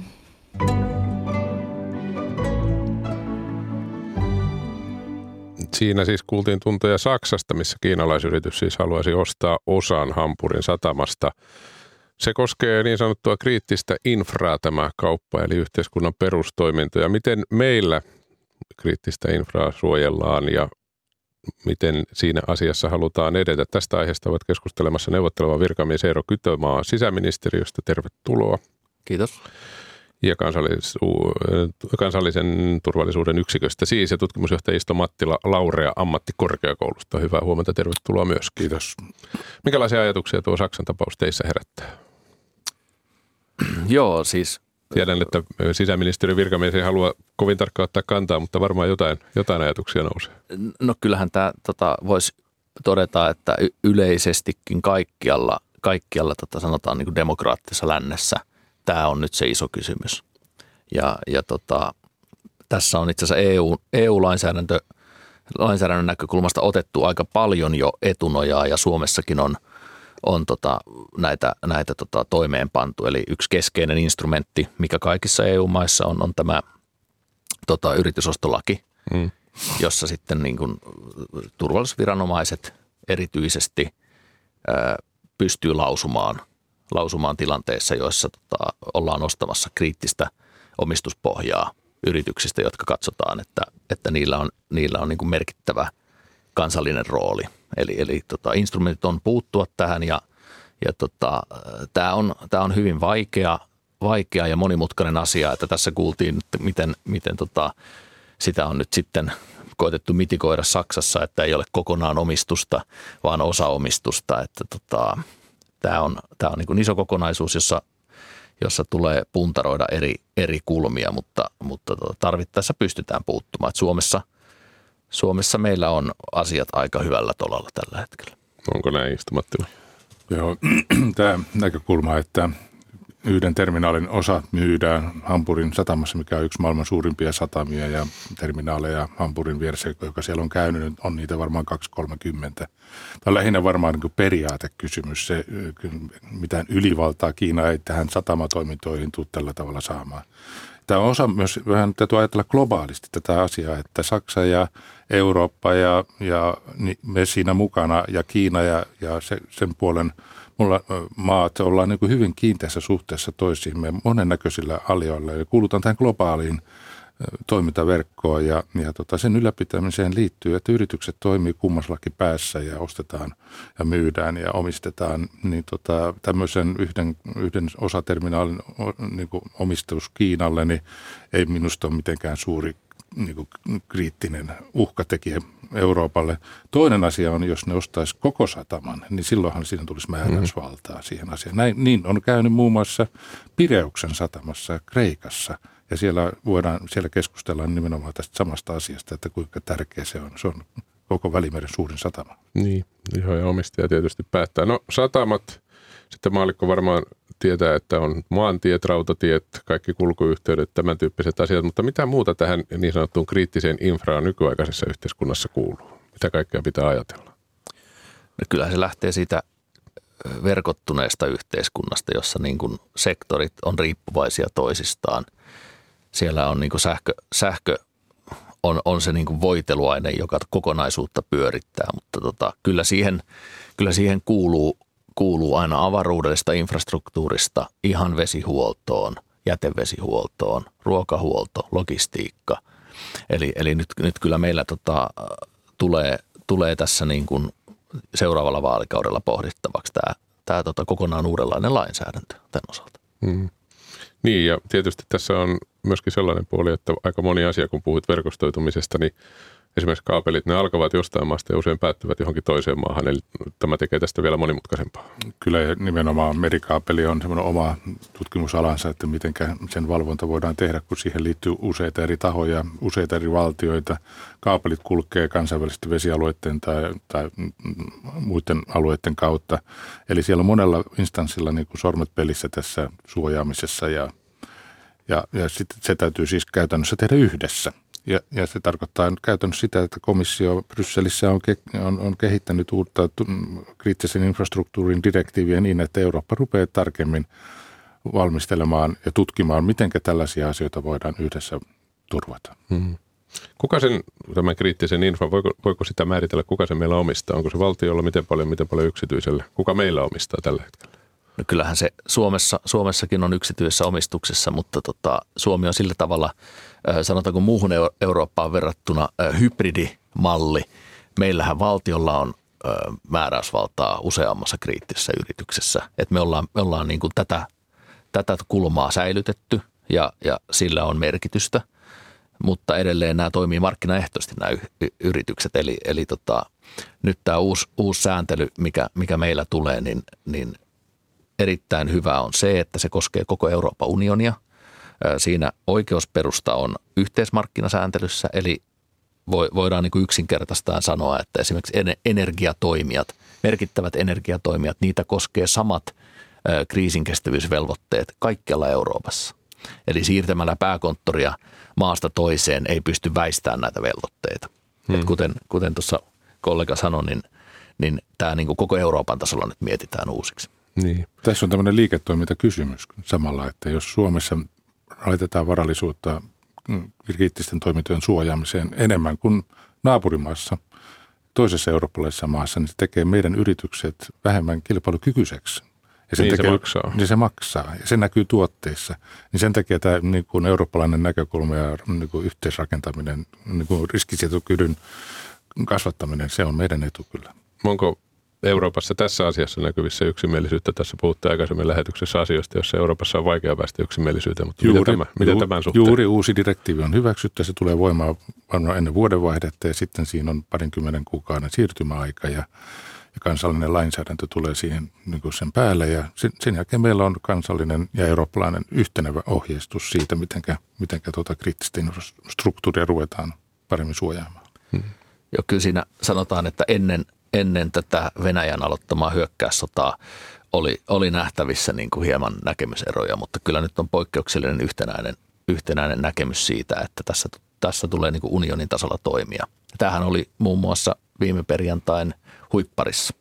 Siinä siis kuultiin tuntoja Saksasta, missä kiinalaisyritys siis haluaisi ostaa osan Hampurin satamasta. Se koskee niin sanottua kriittistä infraa tämä kauppa, eli yhteiskunnan perustoimintoja. Miten meillä kriittistä infraa suojellaan ja miten siinä asiassa halutaan edetä. Tästä aiheesta ovat keskustelemassa neuvotteleva virkamies Eero Kytömaa sisäministeriöstä. Tervetuloa. Kiitos. Ja kansallisen turvallisuuden yksiköstä siis ja tutkimusjohtaja Isto Mattila Laurea ammattikorkeakoulusta. Hyvää huomenta, tervetuloa myös. Kiitos. Minkälaisia ajatuksia tuo Saksan tapaus teissä herättää? Joo, siis... Tiedän, että sisäministeriön virkamies ei halua kovin tarkkaan ottaa kantaa, mutta varmaan jotain ajatuksia nousee. No kyllähän tämä voisi todeta, että yleisestikin kaikkialla sanotaan niin kuin demokraattisessa lännessä tämä on nyt se iso kysymys. Ja tässä on itse asiassa EU-lainsäädännön näkökulmasta otettu aika paljon jo etunojaa ja Suomessakin on näitä toimeenpantu. Eli yksi keskeinen instrumentti, mikä kaikissa EU-maissa on tämä yritysostolaki, jossa sitten niin kuin turvallisuusviranomaiset erityisesti pystyy lausumaan tilanteissa, joissa ollaan ostamassa kriittistä omistuspohjaa yrityksistä, jotka katsotaan, että niillä on niin kuin merkittävä kansallinen rooli. Eli instrumentit on puuttua tähän ja tämä on hyvin vaikea ja monimutkainen asia, että tässä kuultiin, miten sitä on nyt sitten koetettu mitikoida Saksassa, että ei ole kokonaan omistusta, vaan osa omistusta, että tämä on niin kuin iso kokonaisuus, jossa tulee puntaroida eri kulmia, mutta tarvittaessa pystytään puuttumaan. Että Suomessa meillä on asiat aika hyvällä tolalla tällä hetkellä. Onko näin, Isto Mattila? Joo, tämä näkökulma, että yhden terminaalin osa myydään Hampurin satamassa, mikä on yksi maailman suurimpia satamia ja terminaaleja Hampurin vieressä, joka siellä on käynyt, on niitä varmaan 230. Tämä on lähinnä varmaan niin kuin periaatekysymys. Se, mitään ylivaltaa Kiina ei tähän satamatoimintoihin tule tällä tavalla saamaan. Tämä on osa myös, vähän täytyy ajatella globaalisti tätä asiaa, että Saksa ja Eurooppa ja me siinä mukana ja Kiina ja sen puolen maat ollaan niin kuin hyvin kiinteässä suhteessa toisiimme monennäköisillä alioilla ja kuulutaan tähän globaaliin toimintaverkkoon ja sen ylläpitämiseen liittyy, että yritykset toimii kummassakin päässä ja ostetaan ja myydään ja omistetaan, niin tämmöisen yhden osaterminaalin niin kuin omistus Kiinalle niin ei minusta ole mitenkään suuri niin kuin kriittinen uhkatekijä Euroopalle. Toinen asia on, jos ne ostaisi koko sataman, niin silloinhan siinä tulisi määräysvaltaa siihen asiaan. Niin on käynyt muun muassa Pireuksen satamassa Kreikassa. Ja siellä keskustellaan nimenomaan tästä samasta asiasta, että kuinka tärkeä se on. Se on koko Välimeren suurin satama. Niin, ihan ja omistaja tietysti päättää. No satamat, sitten maallikko varmaan tietää, että on maantiet, rautatiet, kaikki kulkuyhteydet, tämän tyyppiset asiat. Mutta mitä muuta tähän niin sanottuun kriittiseen infraan nykyaikaisessa yhteiskunnassa kuuluu? Mitä kaikkea pitää ajatella? No kyllähän se lähtee siitä verkottuneesta yhteiskunnasta, jossa niin kuin sektorit on riippuvaisia toisistaan. Siellä on niin kuin sähkö on se niin kuin voiteluaine, joka kokonaisuutta pyörittää, mutta kyllä siihen kuuluu aina avaruudesta, infrastruktuurista, ihan vesihuoltoon, jätevesihuoltoon, ruokahuolto, logistiikka. Eli nyt kyllä meillä tulee tässä niin kuin seuraavalla vaalikaudella pohdittavaksi tämä kokonaan uudenlainen lainsäädäntö tämän osalta. Niin ja tietysti tässä on myöskin sellainen puoli, että aika moni asia, kun puhut verkostoitumisesta, niin esimerkiksi kaapelit, ne alkavat jostain maasta ja usein päättyvät johonkin toiseen maahan, eli tämä tekee tästä vielä monimutkaisempaa. Kyllä nimenomaan merikaapeli on semmoinen oma tutkimusalansa, että miten sen valvonta voidaan tehdä, kun siihen liittyy useita eri tahoja, useita eri valtioita. Kaapelit kulkee kansainvälisten vesialueiden tai muiden alueiden kautta. Eli siellä on monella instanssilla niin kuin sormet pelissä tässä suojaamisessa ja sitten se täytyy siis käytännössä tehdä yhdessä. Ja se tarkoittaa käytännössä sitä, että komissio Brysselissä on kehittänyt uutta kriittisen infrastruktuurin direktiiviä niin, että Eurooppa rupeaa tarkemmin valmistelemaan ja tutkimaan, miten tällaisia asioita voidaan yhdessä turvata. Kuka tämän kriittisen infran, voiko sitä määritellä, kuka se meillä omistaa? Onko se valtiolla, miten paljon yksityisellä? Kuka meillä omistaa tällä hetkellä? No kyllähän se Suomessakin on yksityisessä omistuksessa, mutta Suomi on sillä tavalla, sanotaanko muuhun Eurooppaan verrattuna hybridimalli. meillähän valtiolla on määräysvaltaa useammassa kriittisessä yrityksessä. Et me ollaan niin kuin tätä kulmaa säilytetty ja sillä on merkitystä, mutta edelleen nämä toimii markkinaehtoisesti nämä yritykset. Eli nyt tämä uusi sääntely, mikä meillä tulee, niin erittäin hyvä on se, että se koskee koko Euroopan unionia. Siinä oikeusperusta on yhteismarkkinasääntelyssä, eli voidaan niin kuin yksinkertaistaan sanoa, että esimerkiksi energiatoimijat, merkittävät energiatoimijat, niitä koskee samat kriisinkestävyysvelvoitteet kaikkialla Euroopassa. Eli siirtämällä pääkonttoria maasta toiseen ei pysty väistämään näitä velvoitteita. Kuten tuossa kollega sanoi, niin tämä niin kuin koko Euroopan tasolla nyt mietitään uusiksi. Niin. Tässä on tämmöinen liiketoimintakysymys samalla, että jos Suomessa laitetaan varallisuutta kriittisten toimintojen suojaamiseen enemmän kuin naapurimaassa, toisessa eurooppalaisessa maassa, niin se tekee meidän yritykset vähemmän kilpailukykyiseksi. Ja se maksaa. Ja se näkyy tuotteissa. Niin sen takia tämä niin kuin eurooppalainen näkökulma ja niin kuin yhteisrakentaminen, niin kuin riskisietokyvyn kasvattaminen, se on meidän etu kyllä. Onko Euroopassa tässä asiassa näkyvissä yksimielisyyttä? Tässä puhuttiin aikaisemmin lähetyksessä asioista, jossa Euroopassa on vaikea päästä yksimielisyyteen, mutta miten tämän suhteen? Juuri uusi direktiivi on hyväksytty, se tulee voimaan varmaan ennen vuodenvaihdetta ja sitten siinä on 20 kuukauden siirtymäaika ja kansallinen lainsäädäntö tulee siihen niin kuin sen päälle ja sen jälkeen meillä on kansallinen ja eurooppalainen yhtenevä ohjeistus siitä, mitenkä kriittistä infrastruktuuria ruvetaan paremmin suojaamaan. Jo kyllä siinä sanotaan, että ennen tätä Venäjän aloittamaa hyökkäyssotaa oli nähtävissä niin kuin hieman näkemyseroja, mutta kyllä nyt on poikkeuksellinen yhtenäinen näkemys siitä, että tässä tulee niin kuin unionin tasolla toimia. Tämähän oli muun muassa viime perjantain huipparissa,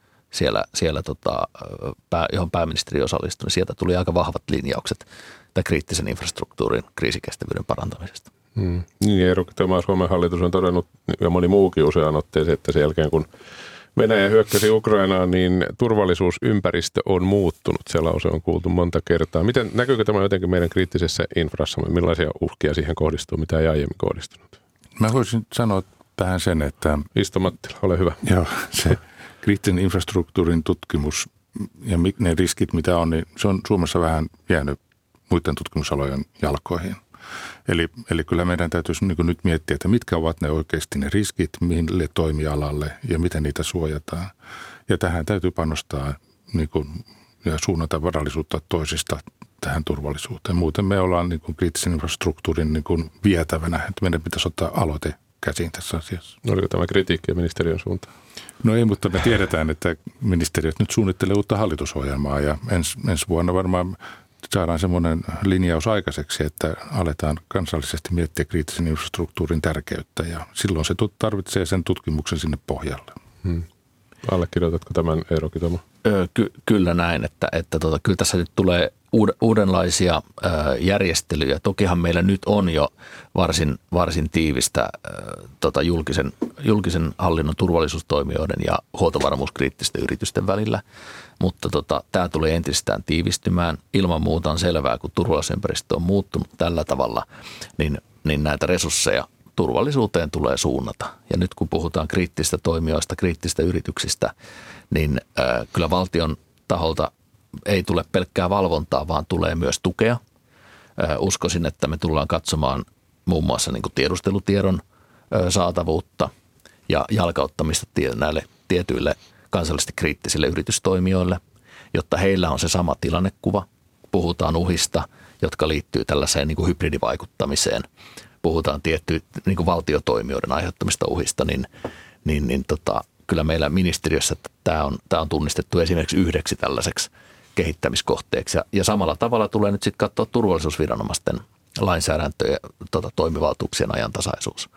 johon pääministeri osallistui, sieltä tuli aika vahvat linjaukset tämän kriittisen infrastruktuurin kriisikestävyyden parantamisesta. Niin, Eero, tämä Suomen hallitus on todennut, ja moni muukin useaan otteeseen, että sen jälkeen kun Venäjä hyökkäsi Ukrainaan, niin turvallisuusympäristö on muuttunut. Se lause on kuultu monta kertaa. Miten näkyykö tämä jotenkin meidän kriittisessä infrassamme? Millaisia uhkia siihen kohdistuu, mitä ei aiemmin kohdistunut? Mä voisin sanoa tähän sen, että Isto Mattila, ole hyvä. Joo, se kriittisen infrastruktuurin tutkimus ja ne riskit, mitä on, niin se on Suomessa vähän jäänyt muiden tutkimusalojen jalkoihin. Eli kyllä meidän täytyisi niin kuin nyt miettiä, että mitkä ovat ne oikeasti ne riskit, mille toimialalle ja miten niitä suojataan. Ja tähän täytyy panostaa niin kuin, ja suunnata varallisuutta toisista tähän turvallisuuteen. Muuten me ollaan niin kuin kriittisen infrastruktuurin niin kuin vietävänä, että meidän pitäisi ottaa aloite käsiin tässä asiassa. Oliko tämä kritiikkiä ministeriön suuntaan? No ei, mutta me tiedetään, että ministeriöt nyt suunnittelee uutta hallitusohjelmaa ja ensi vuonna varmaan saadaan semmoinen linjaus aikaiseksi, että aletaan kansallisesti miettiä kriittisen infrastruktuurin tärkeyttä ja silloin se tarvitsee sen tutkimuksen sinne pohjalle. Allekirjoitatko tämän, Eero Kitomo? Kyllä näin, että kyllä tässä nyt tulee uudenlaisia järjestelyjä. Tokihan meillä nyt on jo varsin tiivistä julkisen hallinnon turvallisuustoimijoiden ja huoltovarmuuskriittisten yritysten välillä, mutta tämä tulee entisestään tiivistymään. Ilman muuta on selvää, kun turvallisuusympäristö on muuttunut tällä tavalla, niin näitä resursseja turvallisuuteen tulee suunnata. Ja nyt kun puhutaan kriittisistä toimijoista, kriittisistä yrityksistä, niin kyllä valtion taholta ei tule pelkkää valvontaa, vaan tulee myös tukea. Uskoisin, että me tullaan katsomaan muun muassa niin kuin tiedustelutiedon saatavuutta ja jalkauttamista näille tietyille kansallisesti kriittisille yritystoimijoille, jotta heillä on se sama tilannekuva. Puhutaan uhista, jotka liittyy tällaiseen niin kuin hybridivaikuttamiseen. Puhutaan niin kuin valtiotoimijoiden aiheuttamista uhista, niin kyllä meillä ministeriössä tämä on tunnistettu esimerkiksi yhdeksi tällaiseksi kehittämiskohteeksi. Ja samalla tavalla tulee nyt sitten katsoa turvallisuusviranomaisten lainsäädäntöä ja toimivaltuuksien ajantasaisuus.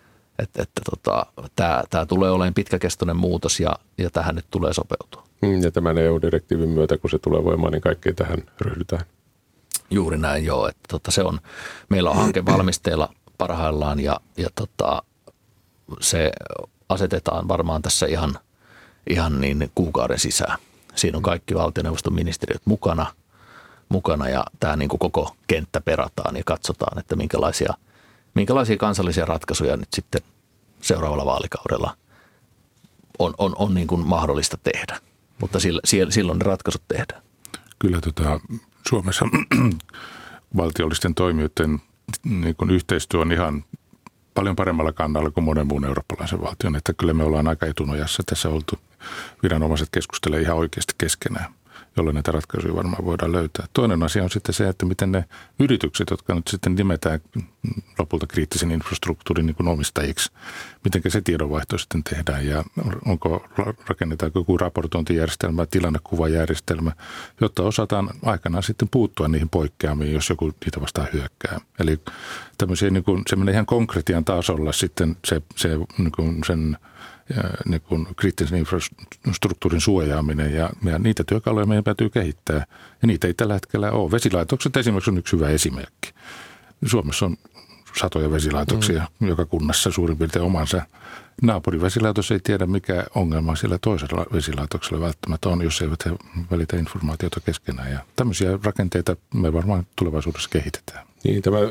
Tämä tulee olemaan pitkäkestoinen muutos ja tähän nyt tulee sopeutua. Ja tämän EU-direktiivin myötä, kun se tulee voimaan, niin kaikkeen tähän ryhdytään. Juuri näin, joo. Että meillä on hanke valmisteilla parhaillaan ja se asetetaan varmaan tässä ihan niin kuukauden sisään. Siinä on kaikki valtioneuvoston ministeriöt mukana ja tämä niin kuin koko kenttä perataan ja katsotaan, että minkälaisia kansallisia ratkaisuja nyt sitten seuraavalla vaalikaudella on niin kuin mahdollista tehdä, mutta silloin ne ratkaisut tehdään. Kyllä Suomessa valtiollisten toimijoiden niin kuin yhteistyö on ihan paljon paremmalla kannalla kuin monen muun eurooppalaisen valtion. Että kyllä me ollaan aika etunojassa tässä oltu. Viranomaiset keskustelevat ihan oikeasti keskenään, jolloin näitä ratkaisuja varmaan voidaan löytää. Toinen asia on sitten se, että miten ne yritykset, jotka nyt sitten nimetään lopulta kriittisen infrastruktuurin niin kuin omistajiksi, miten se tiedonvaihto sitten tehdään ja rakennetaanko joku raportointijärjestelmä, tilannekuvajärjestelmä, jotta osataan aikanaan sitten puuttua niihin poikkeamiin, jos joku niitä vastaan hyökkää. Eli tämmöisiä niin kuin, se menee ihan konkretian tasolla sitten se niin kuin sen niin kuin kriittisen infrastruktuurin suojaaminen ja niitä työkaluja meidän täytyy kehittää ja niitä ei tällä hetkellä ole. Vesilaitokset esimerkiksi on yksi hyvä esimerkki. Suomessa on satoja vesilaitoksia joka kunnassa suurin piirtein omansa. Naapurivesilaitos ei tiedä, mikä ongelma sillä toisella vesilaitoksella välttämättä on, jos eivät he välitä informaatiota keskenään. Ja tämmöisiä rakenteita me varmaan tulevaisuudessa kehitetään. Niin, tämä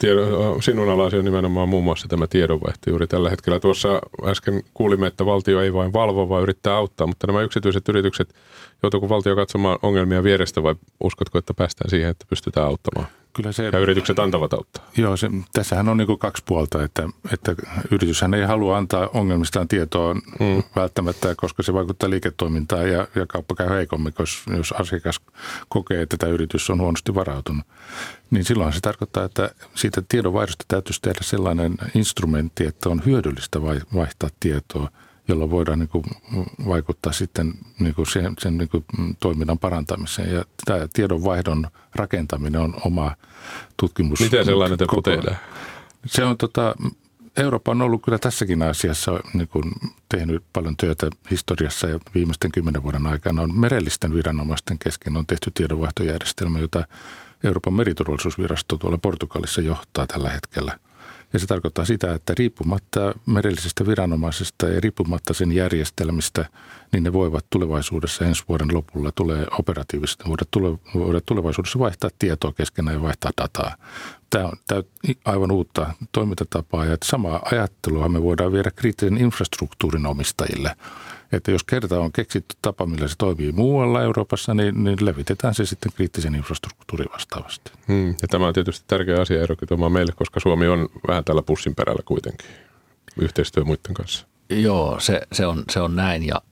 sinun alasi on nimenomaan muun muassa tämä tiedonvaihto juuri tällä hetkellä. Tuossa äsken kuulimme, että valtio ei vain valvo, vaan yrittää auttaa, mutta nämä yksityiset yritykset, joutuuko valtio katsomaan ongelmia vierestä vai uskotko, että päästään siihen, että pystytään auttamaan? Kyllä se, ja yritykset antavat auttaa. Joo, tässähän on niin kuin kaksi puolta, että yrityshän ei halua antaa ongelmistaan tietoa välttämättä, koska se vaikuttaa liiketoimintaan ja kauppa käy heikommin, jos asiakas kokee, että tämä yritys on huonosti varautunut. Niin silloin se tarkoittaa, että siitä tiedonvaihdosta täytyisi tehdä sellainen instrumentti, että on hyödyllistä vaihtaa tietoa, jolla voidaan niin kuin vaikuttaa sitten niin kuin sen niin kuin toiminnan parantamiseen. Ja tämä tiedonvaihdon rakentaminen on oma tutkimus. Miten sellainen tempo tehdään? Se on Eurooppa on ollut kyllä tässäkin asiassa niin kuin tehnyt paljon työtä historiassa ja viimeisten 10 vuoden aikana on merellisten viranomaisten kesken on tehty tiedonvaihtojärjestelmä, jota Euroopan meriturvallisuusvirasto tuolla Portugalissa johtaa tällä hetkellä. Ja se tarkoittaa sitä, että riippumatta merellisestä viranomaisesta ja riippumatta sen järjestelmistä, niin ne voivat tulevaisuudessa ensi vuoden lopulla tulee operatiivisesti voida tulevaisuudessa vaihtaa tietoa keskenään ja vaihtaa dataa. Tämä on aivan uutta toimintatapaa ja samaa ajattelua me voidaan viedä kriittisen infrastruktuurin omistajille. Että jos kerta on keksitty tapa, millä se toimii muualla Euroopassa, niin levitetään se sitten kriittisen infrastruktuurin vastaavasti. Ja tämä on tietysti tärkeä asia erotumaan meille, koska Suomi on vähän tällä pussin perällä kuitenkin yhteistyö muiden kanssa. Joo, se on näin ja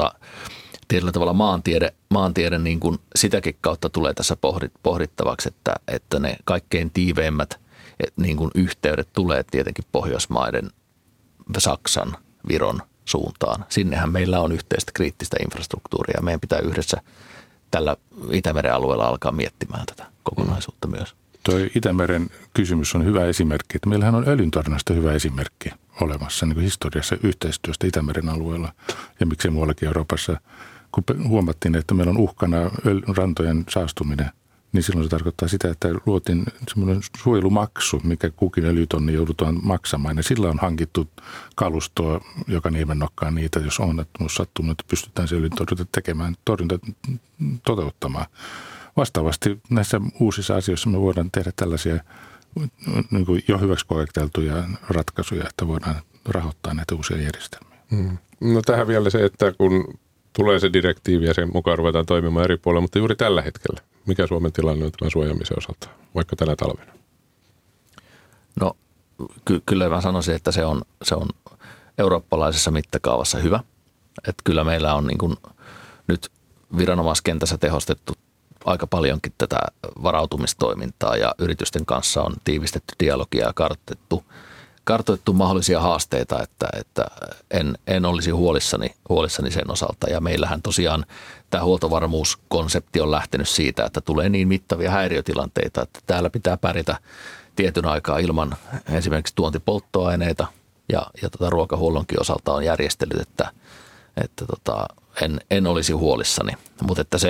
tietyllä tavalla maantiede niin kuin sitäkin kautta tulee tässä pohdittavaksi, että ne kaikkein tiiveimmät niin kuin yhteydet tulee tietenkin Pohjoismaiden, Saksan, Viron suuntaan. Sinnehän meillä on yhteistä kriittistä infrastruktuuria ja meidän pitää yhdessä tällä Itämeren alueella alkaa miettimään tätä kokonaisuutta myös. Toi Itämeren kysymys on hyvä esimerkki, että meillähän on öljyntorjunnasta hyvä esimerkki olemassa niin kuin historiassa yhteistyöstä Itämeren alueella ja miksei muuallakin Euroopassa. Kun huomattiin, että meillä on uhkana rantojen saastuminen, niin silloin se tarkoittaa sitä, että luotiin semmoinen suojelumaksu, mikä kukin öljytonni joudutaan maksamaan. Ja sillä on hankittu kalustoa, joka niemennokkaan niitä, jos onnettomuus sattuu, että pystytään se torjunta toteuttamaan. Vastaavasti näissä uusissa asioissa me voidaan tehdä tällaisia niin kuin jo hyväksi koekteltuja ratkaisuja, että voidaan rahoittaa näitä uusia järjestelmiä. No tähän vielä se, että kun tulee se direktiivi ja sen mukaan ruvetaan toimimaan eri puolilla, mutta juuri tällä hetkellä, mikä Suomen tilanne on tämän suojaamisen osalta, vaikka tänä talvena? No kyllä mä sanoisin, että se on eurooppalaisessa mittakaavassa hyvä. Että kyllä meillä on niin kuin nyt viranomaiskentässä tehostettu aika paljonkin tätä varautumistoimintaa ja yritysten kanssa on tiivistetty dialogia ja kartoitettu mahdollisia haasteita, että en olisi huolissani sen osalta. Ja meillähän tosiaan tämä huoltovarmuuskonsepti on lähtenyt siitä, että tulee niin mittavia häiriötilanteita, että täällä pitää pärjätä tietyn aikaa ilman esimerkiksi tuontipolttoaineita ja ruokahuollonkin osalta on järjestelyt, että en olisi huolissani. Mutta että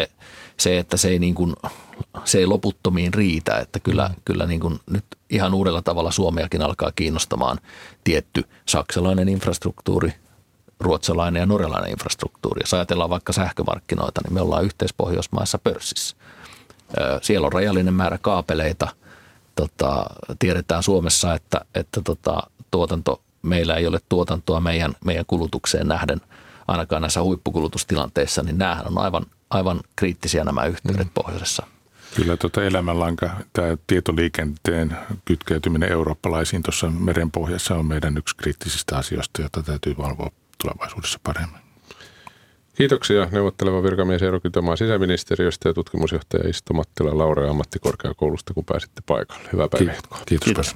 se ei loputtomiin riitä, että kyllä niin kuin nyt ihan uudella tavalla Suomeakin alkaa kiinnostamaan tietty saksalainen infrastruktuuri, ruotsalainen ja norjalainen infrastruktuuri. Jos ajatellaan vaikka sähkömarkkinoita, niin me ollaan yhteispohjoismaissa pörssissä. Siellä on rajallinen määrä kaapeleita. Tiedetään Suomessa, että meillä ei ole tuotantoa meidän kulutukseen nähden ainakaan näissä huippukulutustilanteissa, niin näähän on aivan kriittisiä nämä yhteydet pohjoisessa. Kyllä elämänlanka, tämä tietoliikenteen kytkeytyminen eurooppalaisiin tuossa merenpohjassa on meidän yksi kriittisistä asioista, jota täytyy valvoa tulevaisuudessa paremmin. Kiitoksia neuvotteleva virkamies Eero Kytömaa sisäministeriöstä ja tutkimusjohtaja Isto Mattila Laurea ammattikorkeakoulusta, kun pääsitte paikalle. Hyvää päivänjatkoa. Kiitos.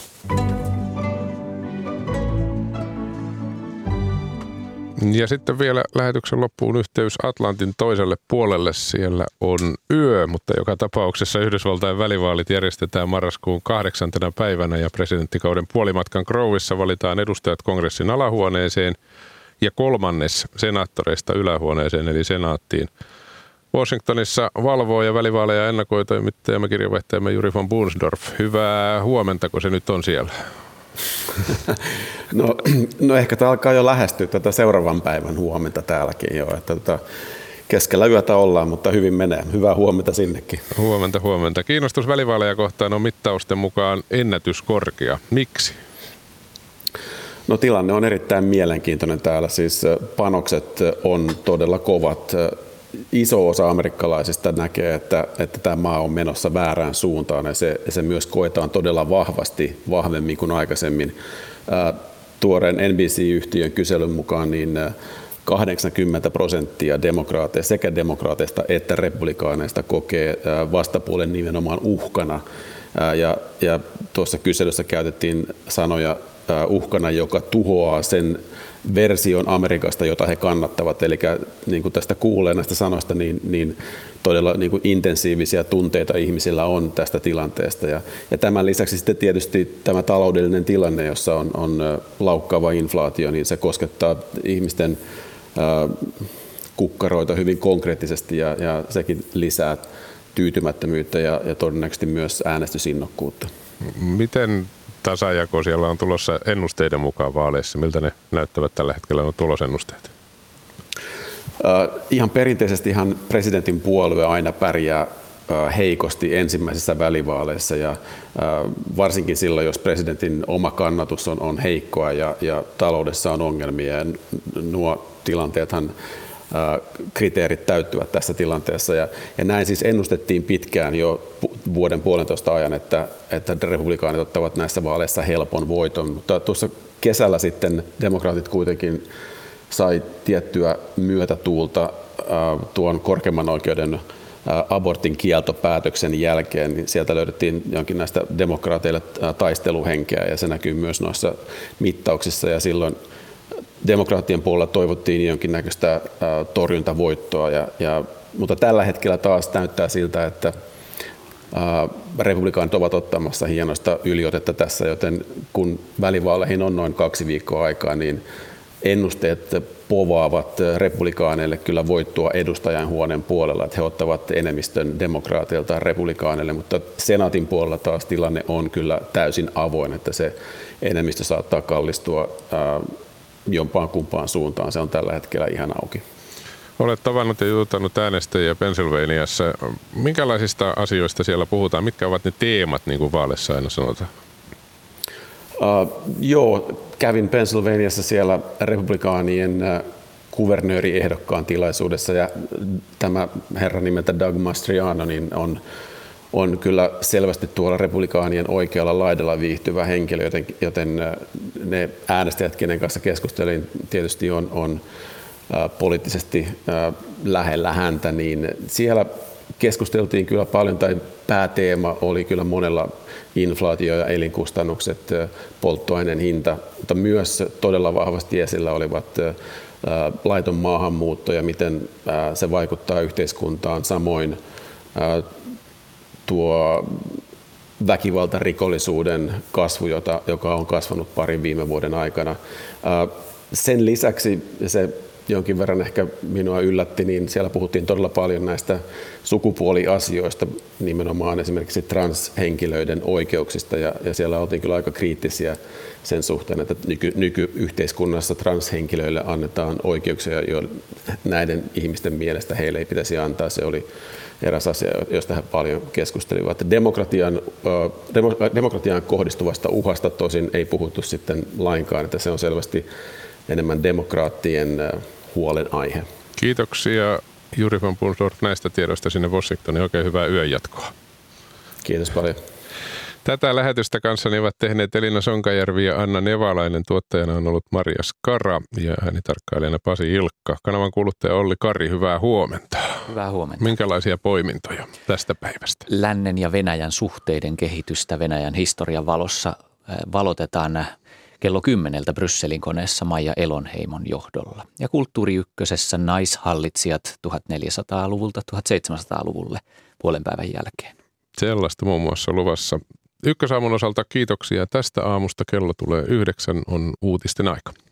Ja sitten vielä lähetyksen loppuun yhteys Atlantin toiselle puolelle. Siellä on yö, mutta joka tapauksessa Yhdysvaltain välivaalit järjestetään marraskuun 8. päivänä ja presidenttikauden puolimatkan Growissa valitaan edustajat kongressin alahuoneeseen ja 3. senaattoreista ylähuoneeseen eli senaattiin. Washingtonissa valvoo ja välivaaleja ennakoi toimittajamme kirjeenvaihtajamme Juri von Bunsdorf. Hyvää huomenta, kun se nyt on siellä. No ehkä tämä alkaa jo lähestyä tätä seuraavan päivän huomenta täälläkin jo. Että keskellä yötä ollaan, mutta hyvin menee. Hyvää huomenta sinnekin. Huomenta. Kiinnostus välivaaleja kohtaan on mittausten mukaan ennätyskorkea. Miksi? No tilanne on erittäin mielenkiintoinen täällä. Siis panokset on todella kovat. Iso osa amerikkalaisista näkee, että tämä maa on menossa väärään suuntaan ja se myös koetaan todella vahvemmin kuin aikaisemmin. Tuoreen NBC-yhtiön kyselyn mukaan niin 80% sekä demokraateista että republikaaneista kokee vastapuolen nimenomaan uhkana. Ja tuossa kyselyssä käytettiin sanoja uhkana, joka tuhoaa sen version Amerikasta, jota he kannattavat. Eli niin kuin tästä kuulee näistä sanoista, niin todella niin kuin intensiivisiä tunteita ihmisillä on tästä tilanteesta. Ja tämän lisäksi sitten tietysti tämä taloudellinen tilanne, jossa on laukkaava inflaatio, niin se koskettaa ihmisten kukkaroita hyvin konkreettisesti ja sekin lisää tyytymättömyyttä ja todennäköisesti myös äänestysinnokkuutta. Miten tasajako siellä on tulossa ennusteiden mukaan vaaleissa? Miltä ne näyttävät tällä hetkellä nuo tulosennusteet? Ihan perinteisestihan presidentin puolue aina pärjää heikosti ensimmäisissä välivaaleissa ja varsinkin silloin, jos presidentin oma kannatus on heikkoa ja taloudessa on ongelmia. Ja nuo tilanteethan kriteerit täyttyvät tässä tilanteessa. Ja näin siis ennustettiin pitkään jo vuoden puolentoista ajan, että republikaanit ottavat näissä vaaleissa helpon voiton. Mutta tuossa kesällä sitten demokraatit kuitenkin sai tiettyä myötätuulta tuon korkeimman oikeuden abortin kieltopäätöksen jälkeen. Niin sieltä löydettiin jonkin näistä demokraateille taisteluhenkeä ja se näkyy myös noissa mittauksissa ja silloin demokraattien puolella toivottiin jonkinnäköistä torjuntavoittoa, mutta tällä hetkellä taas näyttää siltä, että republikaanit ovat ottamassa hienoista yliotetta tässä, joten kun välivaaleihin on noin 2 viikkoa aikaa, niin ennusteet povaavat republikaaneille kyllä voittoa edustajainhuoneen puolella, että he ottavat enemmistön demokraateilta republikaaneille, mutta senaatin puolella taas tilanne on kyllä täysin avoin, että se enemmistö saattaa kallistua jompaan kumpaan suuntaan. Se on tällä hetkellä ihan auki. Olet tavannut ja jututtanut äänestäjiä Pennsylvaniassa. Minkälaisista asioista siellä puhutaan? Mitkä ovat ne teemat, niin kuin vaaleissa aina sanotaan? Kävin Pennsylvaniassa siellä republikaanien kuvernööriehdokkaan tilaisuudessa ja tämä herra nimeltä Doug Mastriano niin on kyllä selvästi tuolla republikaanien oikealla laidalla viihtyvä henkilö, joten ne äänestäjät, kenen kanssa keskustelin, tietysti on poliittisesti lähellä häntä, niin siellä keskusteltiin kyllä paljon, tai pääteema oli kyllä monella inflaatio ja elinkustannukset, polttoaineen hinta, mutta myös todella vahvasti esillä olivat laiton maahanmuutto ja miten se vaikuttaa yhteiskuntaan, samoin tuo väkivaltarikollisuuden kasvu, joka on kasvanut parin viime vuoden aikana. Sen lisäksi se jonkin verran ehkä minua yllätti, niin siellä puhuttiin todella paljon näistä sukupuoliasioista, nimenomaan esimerkiksi transhenkilöiden oikeuksista, ja siellä oltiin kyllä aika kriittisiä sen suhteen, että nykyyhteiskunnassa transhenkilöille annetaan oikeuksia, joilla näiden ihmisten mielestä heille ei pitäisi antaa. Se oli eräs asia, josta he paljon keskustelivat. Demokratiaan kohdistuvasta uhasta tosin ei puhuttu sitten lainkaan, että se on selvästi enemmän demokraattien huolenaihe. Kiitoksia Juri von Bunsdorf näistä tiedoista sinne Washingtoniin. Oikein hyvää yönjatkoa. Kiitos paljon. Tätä lähetystä kanssani ovat tehneet Elina Sonkajärvi ja Anna Nevalainen. Tuottajana on ollut Maria Skara ja äänitarkkailijana Pasi Ilkka. Kanavan kuuluttaja Olli Kari, hyvää huomenta. Hyvää huomenta. Minkälaisia poimintoja tästä päivästä? Lännen ja Venäjän suhteiden kehitystä Venäjän historian valossa valotetaan kello 10 Brysselin koneessa Maija Elonheimon johdolla. Ja Kulttuuri Ykkösessä naishallitsijat 1400-luvulta 1700-luvulle puolen päivän jälkeen. Sellaista muun muassa luvassa. Ykkösaamun osalta kiitoksia tästä aamusta. Kello tulee 9, on uutisten aika.